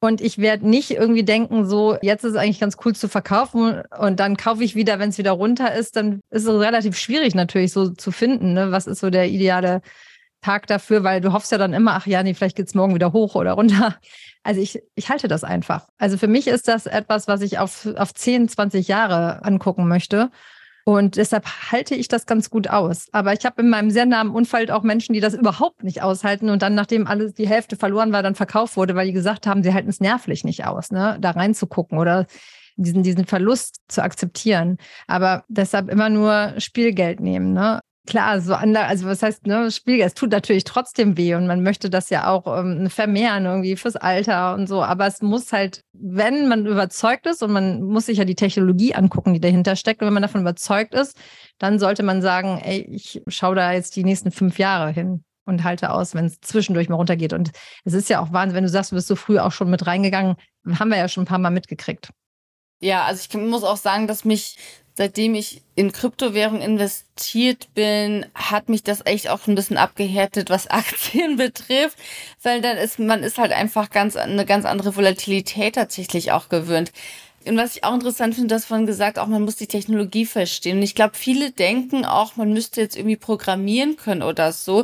Und ich werde nicht irgendwie denken, so, jetzt ist es eigentlich ganz cool zu verkaufen und dann kaufe ich wieder, wenn es wieder runter ist. Dann ist es relativ schwierig natürlich so zu finden, ne? Was ist so der ideale Tag dafür? Weil du hoffst ja dann immer, ach ja, nee, vielleicht geht's morgen wieder hoch oder runter. Also ich halte das einfach. Also für mich ist das etwas, was ich auf 10, 20 Jahre angucken möchte. Und deshalb halte ich das ganz gut aus. Aber ich habe in meinem sehr nahen Umfeld auch Menschen, die das überhaupt nicht aushalten und dann, nachdem alles die Hälfte verloren war, dann verkauft wurde, weil die gesagt haben, sie halten es nervlich nicht aus, ne, da reinzugucken oder diesen Verlust zu akzeptieren. Aber deshalb immer nur Spielgeld nehmen, ne? Klar, also was heißt, ne, Spielgeld, es tut natürlich trotzdem weh und man möchte das ja auch vermehren irgendwie fürs Alter und so, aber es muss halt, wenn man überzeugt ist und man muss sich ja die Technologie angucken, die dahinter steckt und wenn man davon überzeugt ist, dann sollte man sagen, ey, ich schaue da jetzt die nächsten 5 Jahre hin und halte aus, wenn es zwischendurch mal runtergeht. Und es ist ja auch Wahnsinn, wenn du sagst, du bist so früh auch schon mit reingegangen, haben wir ja schon ein paar Mal mitgekriegt. Ja, also ich muss auch sagen, dass seitdem ich in Kryptowährung investiert bin, hat mich das echt auch ein bisschen abgehärtet, was Aktien betrifft, weil man ist halt einfach eine ganz andere Volatilität tatsächlich auch gewöhnt. Und was ich auch interessant finde, das vorhin gesagt, auch man muss die Technologie verstehen. Und ich glaube, viele denken auch, man müsste jetzt irgendwie programmieren können oder so.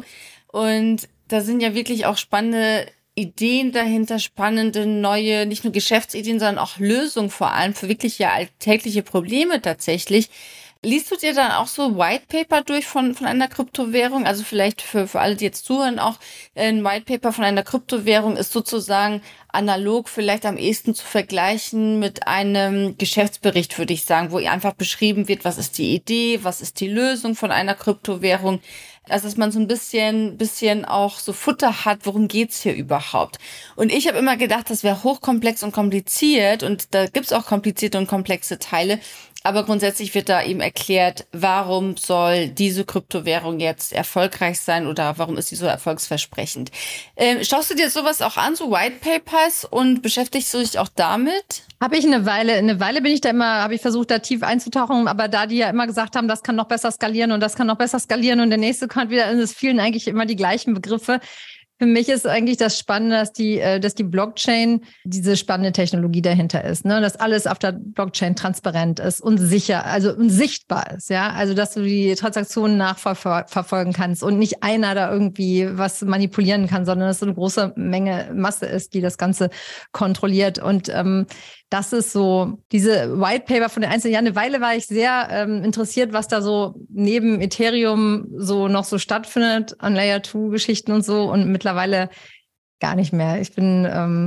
Und da sind ja wirklich auch spannende Ideen dahinter, spannende neue, nicht nur Geschäftsideen, sondern auch Lösungen vor allem für wirklich ja alltägliche Probleme tatsächlich. Liest du dir dann auch so White Paper durch von einer Kryptowährung? Also vielleicht für alle, die jetzt zuhören, auch ein White Paper von einer Kryptowährung ist sozusagen analog vielleicht am ehesten zu vergleichen mit einem Geschäftsbericht, würde ich sagen, wo einfach beschrieben wird, was ist die Idee, was ist die Lösung von einer Kryptowährung. Also dass man so ein bisschen auch so Futter hat, worum geht's hier überhaupt? Und ich habe immer gedacht, das wäre hochkomplex und kompliziert und da gibt's auch komplizierte und komplexe Teile. Aber grundsätzlich wird da eben erklärt, warum soll diese Kryptowährung jetzt erfolgreich sein oder warum ist sie so erfolgsversprechend. Schaust du dir sowas auch an, so White Papers, und beschäftigst du dich auch damit? Habe ich eine Weile bin ich da immer, habe ich versucht, da tief einzutauchen, aber da die ja immer gesagt haben, das kann noch besser skalieren und das kann noch besser skalieren und der nächste kommt wieder, es fielen eigentlich immer die gleichen Begriffe. Für mich ist eigentlich das Spannende, dass die Blockchain diese spannende Technologie dahinter ist, ne? Dass alles auf der Blockchain transparent ist und sicher, also und sichtbar ist, ja. Also, dass du die Transaktionen nachverfolgen kannst und nicht einer da irgendwie was manipulieren kann, sondern dass so eine große Masse ist, die das Ganze kontrolliert. Und das ist so, diese White Paper von den einzelnen Jahren. Eine Weile war ich sehr interessiert, was da so neben Ethereum so noch so stattfindet an Layer-2-Geschichten und so. Und mittlerweile gar nicht mehr. Ich bin,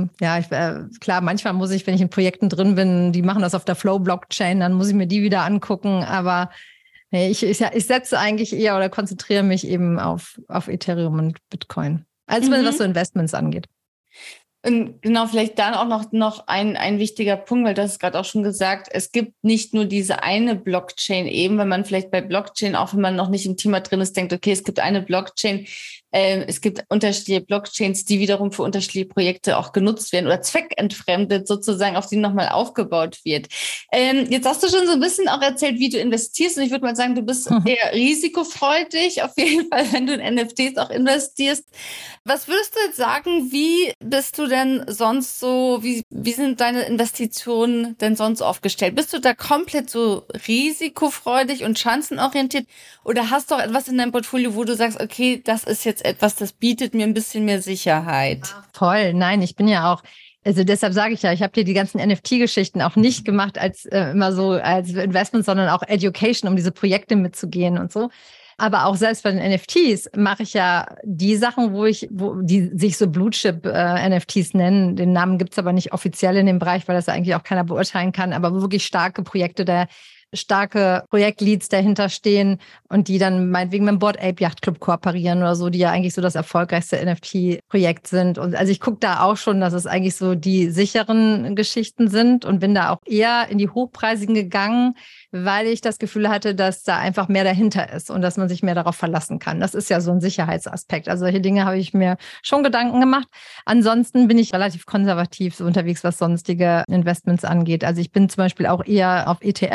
klar, manchmal muss ich, wenn ich in Projekten drin bin, die machen das auf der Flow-Blockchain, dann muss ich mir die wieder angucken. Aber nee, ich setze eigentlich eher oder konzentriere mich eben auf Ethereum und Bitcoin. Also was so Investments angeht. Und genau, vielleicht dann auch noch ein wichtiger Punkt, weil du hast gerade auch schon gesagt, es gibt nicht nur diese eine Blockchain eben, wenn man vielleicht bei Blockchain, auch wenn man noch nicht im Thema drin ist, denkt, okay, es gibt eine Blockchain, es gibt unterschiedliche Blockchains, die wiederum für unterschiedliche Projekte auch genutzt werden oder zweckentfremdet sozusagen, auf die nochmal aufgebaut wird. Jetzt hast du schon so ein bisschen auch erzählt, wie du investierst, und ich würde mal sagen, du bist eher risikofreudig, auf jeden Fall, wenn du in NFTs auch investierst. Was würdest du jetzt sagen, wie bist du denn sonst so, wie sind deine Investitionen denn sonst aufgestellt? Bist du da komplett so risikofreudig und chancenorientiert oder hast du auch etwas in deinem Portfolio, wo du sagst, okay, das ist jetzt etwas, das bietet mir ein bisschen mehr Sicherheit? Ach, voll, nein, ich bin ja auch, also deshalb sage ich ja, ich habe dir die ganzen NFT-Geschichten auch nicht gemacht als immer so als Investment, sondern auch Education, um diese Projekte mitzugehen und so. Aber auch selbst bei den NFTs mache ich ja die Sachen, wo die sich so Blue-Chip-NFTs nennen. Den Namen gibt's aber nicht offiziell in dem Bereich, weil das ja eigentlich auch keiner beurteilen kann. Aber wirklich starke Projekte, starke Projektleads dahinter stehen und die dann meinetwegen mit dem Bored Ape Yacht Club kooperieren oder so, die ja eigentlich so das erfolgreichste NFT-Projekt sind. Und also ich gucke da auch schon, dass es eigentlich so die sicheren Geschichten sind und bin da auch eher in die hochpreisigen gegangen, weil ich das Gefühl hatte, dass da einfach mehr dahinter ist und dass man sich mehr darauf verlassen kann. Das ist ja so ein Sicherheitsaspekt. Also solche Dinge habe ich mir schon Gedanken gemacht. Ansonsten bin ich relativ konservativ so unterwegs, was sonstige Investments angeht. Also ich bin zum Beispiel auch eher auf ETFs und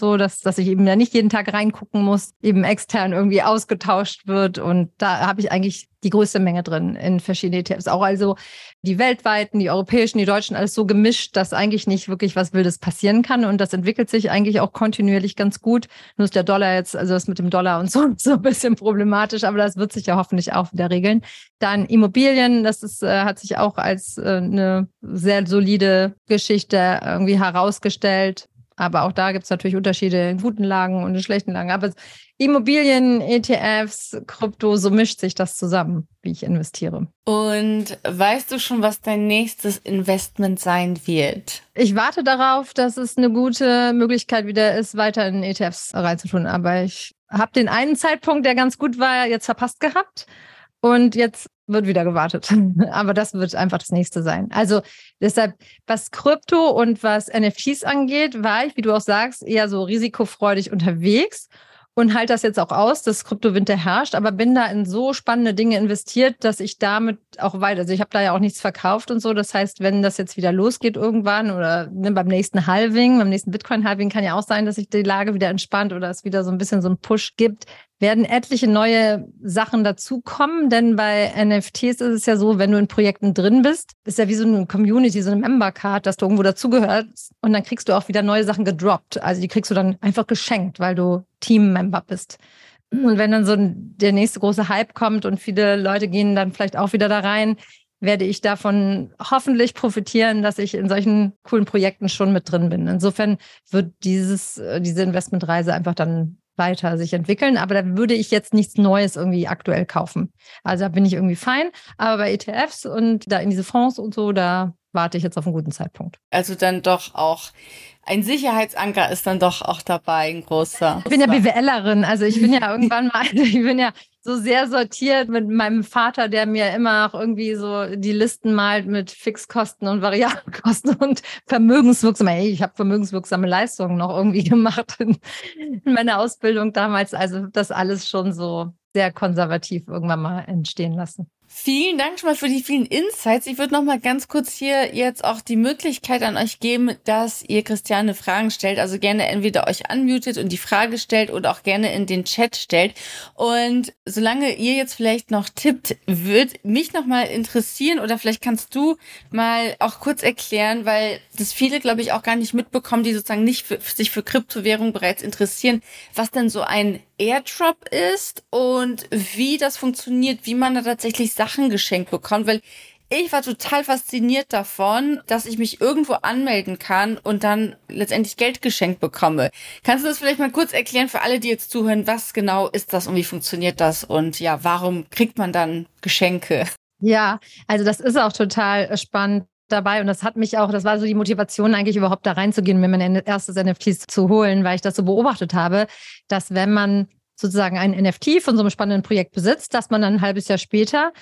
so, dass ich eben da nicht jeden Tag reingucken muss, eben extern irgendwie ausgetauscht wird. Und da habe ich eigentlich die größte Menge drin in verschiedene ETFs. Auch also die weltweiten, die europäischen, die deutschen, alles so gemischt, dass eigentlich nicht wirklich was Wildes passieren kann. Und das entwickelt sich eigentlich auch kontinuierlich ganz gut. Nur ist der Dollar jetzt, also das mit dem Dollar und so ein bisschen problematisch, aber das wird sich ja hoffentlich auch wieder regeln. Dann Immobilien, das ist, hat sich auch als eine sehr solide Geschichte irgendwie herausgestellt. Aber auch da gibt es natürlich Unterschiede in guten Lagen und in schlechten Lagen. Aber Immobilien, ETFs, Krypto, so mischt sich das zusammen, wie ich investiere. Und weißt du schon, was dein nächstes Investment sein wird? Ich warte darauf, dass es eine gute Möglichkeit wieder ist, weiter in ETFs reinzutun. Aber ich habe den einen Zeitpunkt, der ganz gut war, jetzt verpasst gehabt. Und jetzt wird wieder gewartet. Aber das wird einfach das nächste sein. Also deshalb, was Krypto und was NFTs angeht, war ich, wie du auch sagst, eher so risikofreudig unterwegs und halte das jetzt auch aus, dass Kryptowinter herrscht, aber bin da in so spannende Dinge investiert, dass ich damit auch weiter, also ich habe da ja auch nichts verkauft und so, das heißt, wenn das jetzt wieder losgeht irgendwann oder beim nächsten Halving, beim nächsten Bitcoin-Halving kann ja auch sein, dass sich die Lage wieder entspannt oder es wieder so ein bisschen so einen Push gibt, werden etliche neue Sachen dazukommen, denn bei NFTs ist es ja so, wenn du in Projekten drin bist, ist ja wie so eine Community, so eine Member-Card, dass du irgendwo dazugehörst und dann kriegst du auch wieder neue Sachen gedroppt. Also die kriegst du dann einfach geschenkt, weil du Team-Member bist. Und wenn dann so der nächste große Hype kommt und viele Leute gehen dann vielleicht auch wieder da rein, werde ich davon hoffentlich profitieren, dass ich in solchen coolen Projekten schon mit drin bin. Insofern wird diese Investmentreise einfach dann weiter sich entwickeln, aber da würde ich jetzt nichts Neues irgendwie aktuell kaufen. Also da bin ich irgendwie fein, aber bei ETFs und da in diese Fonds und so, da warte ich jetzt auf einen guten Zeitpunkt. Also dann doch auch ein Sicherheitsanker ist dann doch auch dabei, ein großer. Ich bin ja BWLerin, also ich bin ja irgendwann mal, ich bin ja so sehr sortiert mit meinem Vater, der mir immer auch irgendwie so die Listen malt mit Fixkosten und Variablenkosten und vermögenswirksame. Ich habe vermögenswirksame Leistungen noch irgendwie gemacht in meiner Ausbildung damals. Also das alles schon so sehr konservativ irgendwann mal entstehen lassen. Vielen Dank schon mal für die vielen Insights. Ich würde noch mal ganz kurz hier jetzt auch die Möglichkeit an euch geben, dass ihr Christiane Fragen stellt. Also gerne entweder euch unmutet und die Frage stellt oder auch gerne in den Chat stellt. Und solange ihr jetzt vielleicht noch tippt, würde mich noch mal interessieren oder vielleicht kannst du mal auch kurz erklären, weil das viele, glaube ich, auch gar nicht mitbekommen, die sozusagen nicht sich für Kryptowährung bereits interessieren, was denn so ein Airdrop ist und wie das funktioniert, wie man da tatsächlich Sachen geschenkt bekommt, weil ich war total fasziniert davon, dass ich mich irgendwo anmelden kann und dann letztendlich Geld geschenkt bekomme. Kannst du das vielleicht mal kurz erklären für alle, die jetzt zuhören, was genau ist das und wie funktioniert das und ja, warum kriegt man dann Geschenke? Ja, also das ist auch total spannend dabei und das war so die Motivation eigentlich überhaupt da reinzugehen, mir mein erstes NFTs zu holen, weil ich das so beobachtet habe, dass wenn man sozusagen ein NFT von so einem spannenden Projekt besitzt, dass man dann ein halbes Jahr später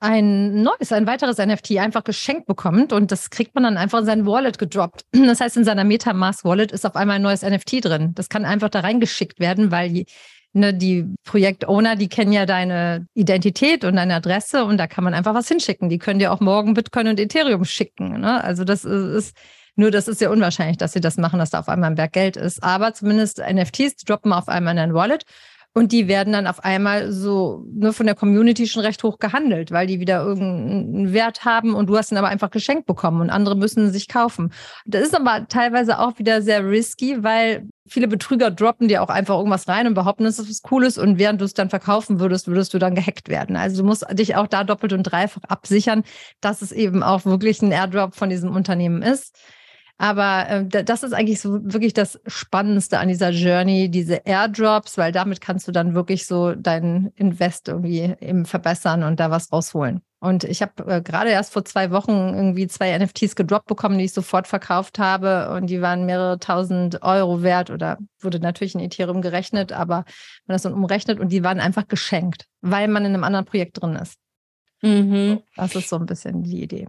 ein weiteres NFT einfach geschenkt bekommt und das kriegt man dann einfach in sein Wallet gedroppt. Das heißt, in seiner MetaMask-Wallet ist auf einmal ein neues NFT drin. Das kann einfach da reingeschickt werden, weil die Projekt-Owner, die kennen ja deine Identität und deine Adresse und da kann man einfach was hinschicken. Die können dir auch morgen Bitcoin und Ethereum schicken. Ne? Also das ist ja unwahrscheinlich, dass sie das machen, dass da auf einmal ein Berg Geld ist. Aber zumindest NFTs droppen auf einmal in dein Wallet und die werden dann auf einmal so von der Community schon recht hoch gehandelt, weil die wieder irgendeinen Wert haben und du hast ihn aber einfach geschenkt bekommen und andere müssen sich kaufen. Das ist aber teilweise auch wieder sehr risky, weil viele Betrüger droppen dir auch einfach irgendwas rein und behaupten, dass das was Cooles und während du es dann verkaufen würdest du dann gehackt werden. Also du musst dich auch da doppelt und dreifach absichern, dass es eben auch wirklich ein Airdrop von diesem Unternehmen ist. Aber das ist eigentlich so wirklich das Spannendste an dieser Journey, diese Airdrops, weil damit kannst du dann wirklich so deinen Invest irgendwie eben verbessern und da was rausholen. Und ich habe gerade erst vor 2 Wochen irgendwie 2 NFTs gedroppt bekommen, die ich sofort verkauft habe und die waren mehrere tausend Euro wert oder wurde natürlich in Ethereum gerechnet, aber man das dann umrechnet und die waren einfach geschenkt, weil man in einem anderen Projekt drin ist. Mhm. Das ist so ein bisschen die Idee.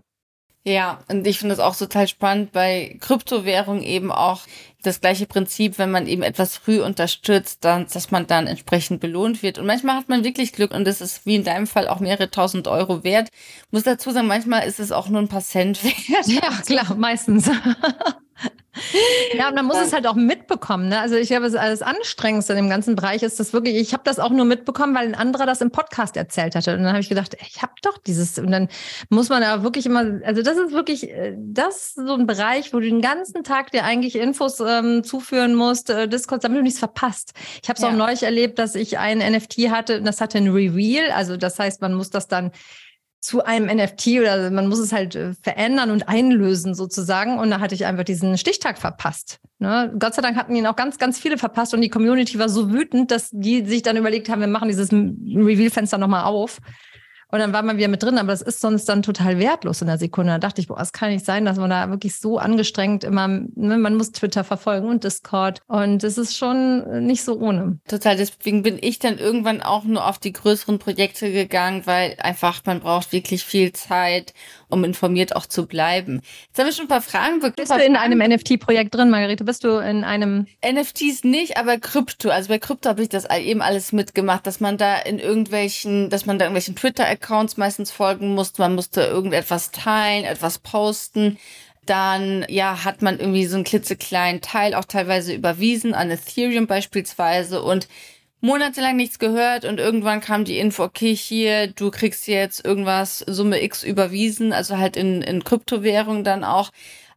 Ja, und ich finde das auch total spannend bei Kryptowährung eben auch das gleiche Prinzip, wenn man eben etwas früh unterstützt, dass man dann entsprechend belohnt wird. Und manchmal hat man wirklich Glück und das ist wie in deinem Fall auch mehrere tausend Euro wert. Muss dazu sagen, manchmal ist es auch nur ein paar Cent wert. Ja, klar, meistens. Ja, und man muss es halt auch mitbekommen. Ne? Also ich glaube, das Anstrengendste in dem ganzen Bereich ist das wirklich, ich habe das auch nur mitbekommen, weil ein anderer das im Podcast erzählt hatte. Und dann habe ich gedacht, ich habe doch dieses, und dann muss man da wirklich immer, also das ist wirklich, das ist so ein Bereich, wo du den ganzen Tag dir eigentlich Infos zuführen musst, Discord, damit du nichts verpasst. Ich habe es auch neulich erlebt, dass ich ein NFT hatte, und das hatte ein Reveal, also das heißt, man muss das dann zu einem NFT oder man muss es halt verändern und einlösen sozusagen. Und da hatte ich einfach diesen Stichtag verpasst. Ne? Gott sei Dank hatten ihn auch ganz, ganz viele verpasst und die Community war so wütend, dass die sich dann überlegt haben, wir machen dieses Reveal-Fenster nochmal auf. Und dann war man wieder mit drin, aber das ist sonst dann total wertlos in der Sekunde. Da dachte ich, boah, es kann nicht sein, dass man da wirklich so angestrengt immer, ne, man muss Twitter verfolgen und Discord. Und es ist schon nicht so ohne. Total, deswegen bin ich dann irgendwann auch nur auf die größeren Projekte gegangen, weil einfach man braucht wirklich viel Zeit, um informiert auch zu bleiben. Jetzt haben wir schon ein paar Fragen bekommen. Bist du in einem NFT-Projekt drin, Margarete? Bist du in einem... NFTs nicht, aber Krypto. Also bei Krypto habe ich das eben alles mitgemacht, dass man da irgendwelchen Twitter-Accounts meistens folgen musste. Man musste irgendetwas teilen, etwas posten. Dann, hat man irgendwie so einen klitzekleinen Teil auch teilweise überwiesen an Ethereum beispielsweise und monatelang nichts gehört und irgendwann kam die Info, okay, hier, du kriegst jetzt irgendwas, Summe X überwiesen, also halt in Kryptowährung dann auch.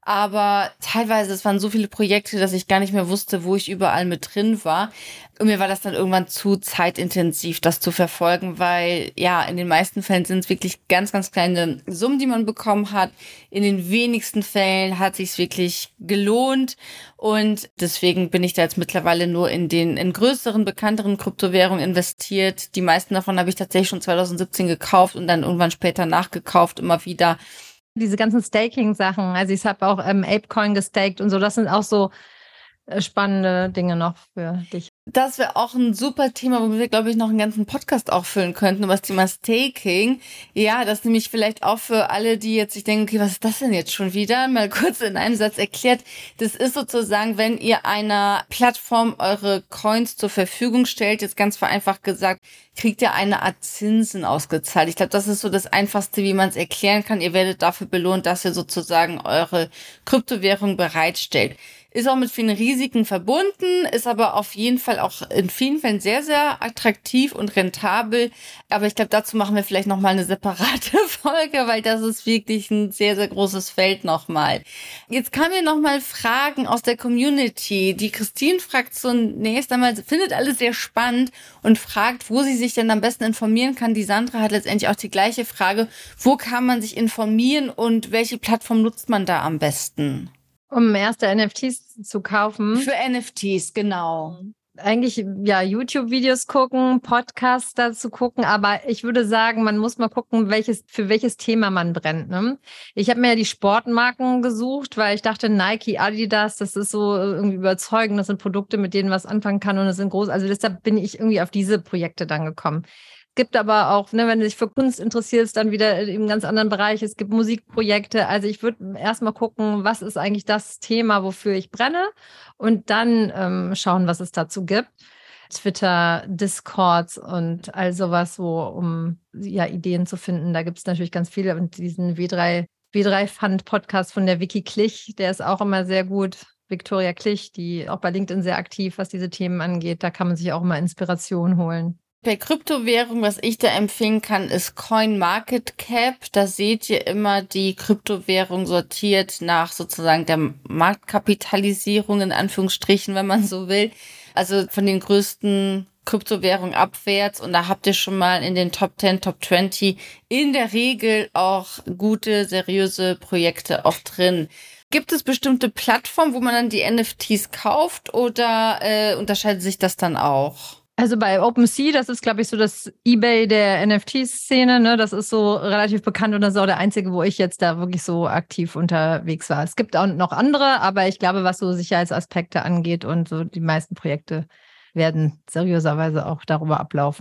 Aber teilweise, es waren so viele Projekte, dass ich gar nicht mehr wusste, wo ich überall mit drin war. Und mir war das dann irgendwann zu zeitintensiv, das zu verfolgen, weil in den meisten Fällen sind es wirklich ganz, ganz kleine Summen, die man bekommen hat. In den wenigsten Fällen hat sich's wirklich gelohnt. Und deswegen bin ich da jetzt mittlerweile nur in größeren, bekannteren Kryptowährungen investiert. Die meisten davon habe ich tatsächlich schon 2017 gekauft und dann irgendwann später nachgekauft, immer wieder. Diese ganzen Staking-Sachen, also ich habe auch Apecoin gestaked und so, das sind auch so spannende Dinge noch für dich. Das wäre auch ein super Thema, wo wir, glaube ich, noch einen ganzen Podcast auch füllen könnten, über das Thema Staking. Ja, das nämlich vielleicht auch für alle, die jetzt sich denken, okay, was ist das denn jetzt schon wieder? Mal kurz in einem Satz erklärt. Das ist sozusagen, wenn ihr einer Plattform eure Coins zur Verfügung stellt, jetzt ganz vereinfacht gesagt, kriegt ihr eine Art Zinsen ausgezahlt. Ich glaube, das ist so das Einfachste, wie man es erklären kann. Ihr werdet dafür belohnt, dass ihr sozusagen eure Kryptowährung bereitstellt. Ist auch mit vielen Risiken verbunden, ist aber auf jeden Fall auch in vielen Fällen sehr, sehr attraktiv und rentabel. Aber ich glaube, dazu machen wir vielleicht nochmal eine separate Folge, weil das ist wirklich ein sehr, sehr großes Feld nochmal. Jetzt kamen mir nochmal Fragen aus der Community. Die Christine fragt zunächst einmal, findet alles sehr spannend und fragt, wo sie sich denn am besten informieren kann. Die Sandra hat letztendlich auch die gleiche Frage. Wo kann man sich informieren und welche Plattform nutzt man da am besten? Um erste NFTs zu kaufen. Für NFTs, genau. Eigentlich, YouTube-Videos gucken, Podcasts dazu gucken, aber ich würde sagen, man muss mal gucken, für welches Thema man brennt. Ne? Ich habe mir ja die Sportmarken gesucht, weil ich dachte, Nike, Adidas, das ist so irgendwie überzeugend, das sind Produkte, mit denen was anfangen kann und das sind groß. Also deshalb bin ich irgendwie auf diese Projekte dann gekommen. Gibt aber auch, wenn du dich für Kunst interessierst, dann wieder in einem ganz anderen Bereich. Es gibt Musikprojekte. Also ich würde erstmal gucken, was ist eigentlich das Thema, wofür ich brenne und dann schauen, was es dazu gibt. Twitter, Discords und all sowas, um Ideen zu finden. Da gibt es natürlich ganz viele. Und diesen W3 Fund Podcast von der Vicky Klich, der ist auch immer sehr gut. Victoria Klich, die auch bei LinkedIn sehr aktiv, was diese Themen angeht. Da kann man sich auch immer Inspiration holen. Bei Kryptowährung, was ich da empfehlen kann, ist CoinMarketCap. Da seht ihr immer die Kryptowährung sortiert nach sozusagen der Marktkapitalisierung, in Anführungsstrichen, wenn man so will. Also von den größten Kryptowährungen abwärts. Und da habt ihr schon mal in den Top 10, Top 20 in der Regel auch gute, seriöse Projekte auch drin. Gibt es bestimmte Plattformen, wo man dann die NFTs kauft oder unterscheidet sich das dann auch? Also bei OpenSea, das ist, glaube ich, so das eBay der NFT-Szene, ne? Das ist so relativ bekannt und das ist auch der einzige, wo ich jetzt da wirklich so aktiv unterwegs war. Es gibt auch noch andere, aber ich glaube, was so Sicherheitsaspekte angeht und so die meisten Projekte werden seriöserweise auch darüber ablaufen.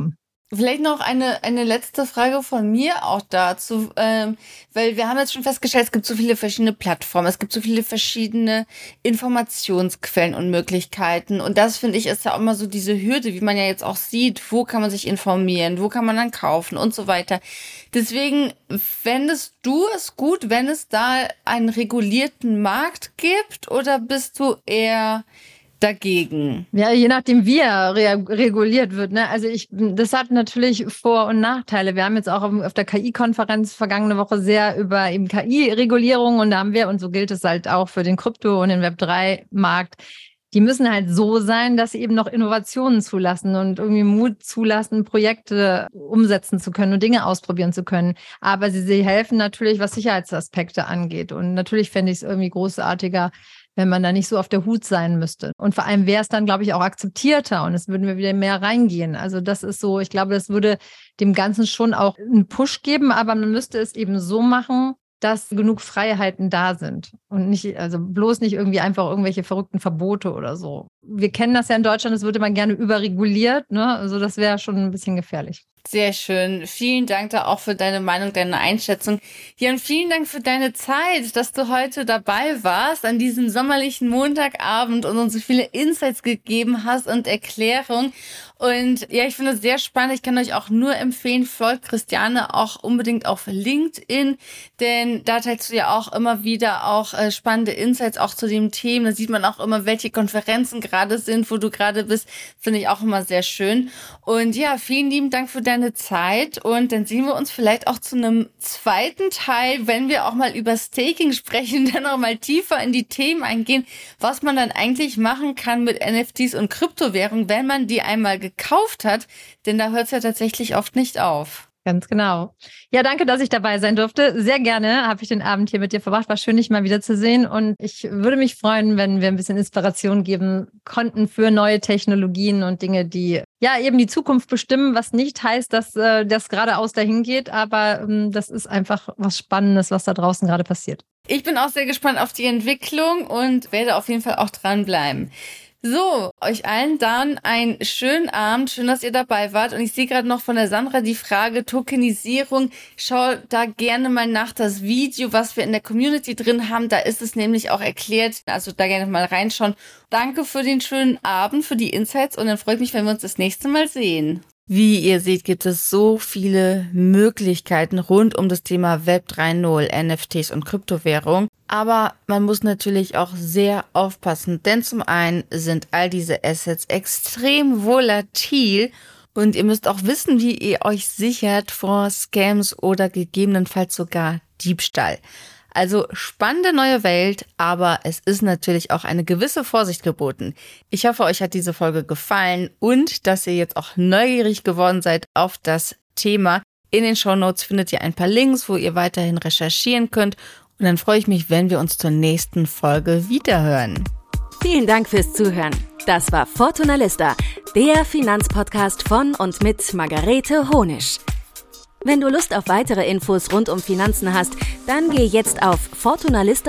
Vielleicht noch eine letzte Frage von mir auch dazu, weil wir haben jetzt schon festgestellt, es gibt so viele verschiedene Plattformen, es gibt so viele verschiedene Informationsquellen und Möglichkeiten und das, finde ich, ist ja auch immer so diese Hürde, wie man ja jetzt auch sieht, wo kann man sich informieren, wo kann man dann kaufen und so weiter. Deswegen fändest du es gut, wenn es da einen regulierten Markt gibt oder bist du eher dagegen? Ja, je nachdem, wie er reguliert wird. Ne? Also das hat natürlich Vor- und Nachteile. Wir haben jetzt auch auf der KI-Konferenz vergangene Woche sehr über eben KI-Regulierung und da haben wir, und so gilt es halt auch für den Krypto- und den Web3-Markt, die müssen halt so sein, dass sie eben noch Innovationen zulassen und irgendwie Mut zulassen, Projekte umsetzen zu können und Dinge ausprobieren zu können. Aber sie helfen natürlich, was Sicherheitsaspekte angeht. Und natürlich fände ich es irgendwie großartiger, wenn man da nicht so auf der Hut sein müsste. Und vor allem wäre es dann, glaube ich, auch akzeptierter und es würden wir wieder mehr reingehen. Also das ist so, ich glaube, das würde dem Ganzen schon auch einen Push geben, aber man müsste es eben so machen, dass genug Freiheiten da sind und nicht, also bloß nicht irgendwie einfach irgendwelche verrückten Verbote oder so. Wir kennen das ja in Deutschland, das würde man gerne überreguliert, ne? Also das wäre schon ein bisschen gefährlich. Sehr schön. Vielen Dank da auch für deine Meinung, deine Einschätzung. Ja, und vielen Dank für deine Zeit, dass du heute dabei warst an diesem sommerlichen Montagabend und uns so viele Insights gegeben hast und Erklärungen. Und ja, ich finde es sehr spannend. Ich kann euch auch nur empfehlen, folgt Christiane auch unbedingt auf LinkedIn, denn da teilst du ja auch immer wieder auch spannende Insights auch zu dem Thema. Da sieht man auch immer, welche Konferenzen gerade sind, wo du gerade bist. Finde ich auch immer sehr schön. Und ja, vielen lieben Dank für deine Zeit und dann sehen wir uns vielleicht auch zu einem zweiten Teil, wenn wir auch mal über Staking sprechen, dann auch mal tiefer in die Themen eingehen, was man dann eigentlich machen kann mit NFTs und Kryptowährungen, wenn man die einmal gekauft hat, denn da hört es ja tatsächlich oft nicht auf. Ganz genau. Ja, danke, dass ich dabei sein durfte. Sehr gerne habe ich den Abend hier mit dir verbracht. War schön, dich mal wieder zu sehen. Und ich würde mich freuen, wenn wir ein bisschen Inspiration geben konnten für neue Technologien und Dinge, die ja eben die Zukunft bestimmen, was nicht heißt, dass das geradeaus dahin geht. Aber das ist einfach was Spannendes, was da draußen gerade passiert. Ich bin auch sehr gespannt auf die Entwicklung und werde auf jeden Fall auch dranbleiben. So, euch allen dann einen schönen Abend. Schön, dass ihr dabei wart. Und ich sehe gerade noch von der Sandra die Frage Tokenisierung. Schau da gerne mal nach das Video, was wir in der Community drin haben. Da ist es nämlich auch erklärt. Also da gerne mal reinschauen. Danke für den schönen Abend, für die Insights. Und dann freue ich mich, wenn wir uns das nächste Mal sehen. Wie ihr seht, gibt es so viele Möglichkeiten rund um das Thema Web 3.0, NFTs und Kryptowährung. Aber man muss natürlich auch sehr aufpassen, denn zum einen sind all diese Assets extrem volatil und ihr müsst auch wissen, wie ihr euch sichert vor Scams oder gegebenenfalls sogar Diebstahl. Also spannende neue Welt, aber es ist natürlich auch eine gewisse Vorsicht geboten. Ich hoffe, euch hat diese Folge gefallen und dass ihr jetzt auch neugierig geworden seid auf das Thema. In den Shownotes findet ihr ein paar Links, wo ihr weiterhin recherchieren könnt. Und dann freue ich mich, wenn wir uns zur nächsten Folge wiederhören. Vielen Dank fürs Zuhören. Das war Fortuna Lista, der Finanzpodcast von und mit Margarete Honisch. Wenn du Lust auf weitere Infos rund um Finanzen hast, dann geh jetzt auf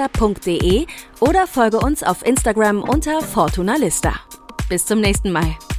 fortunalista.de oder folge uns auf Instagram unter Fortunalista. Bis zum nächsten Mal.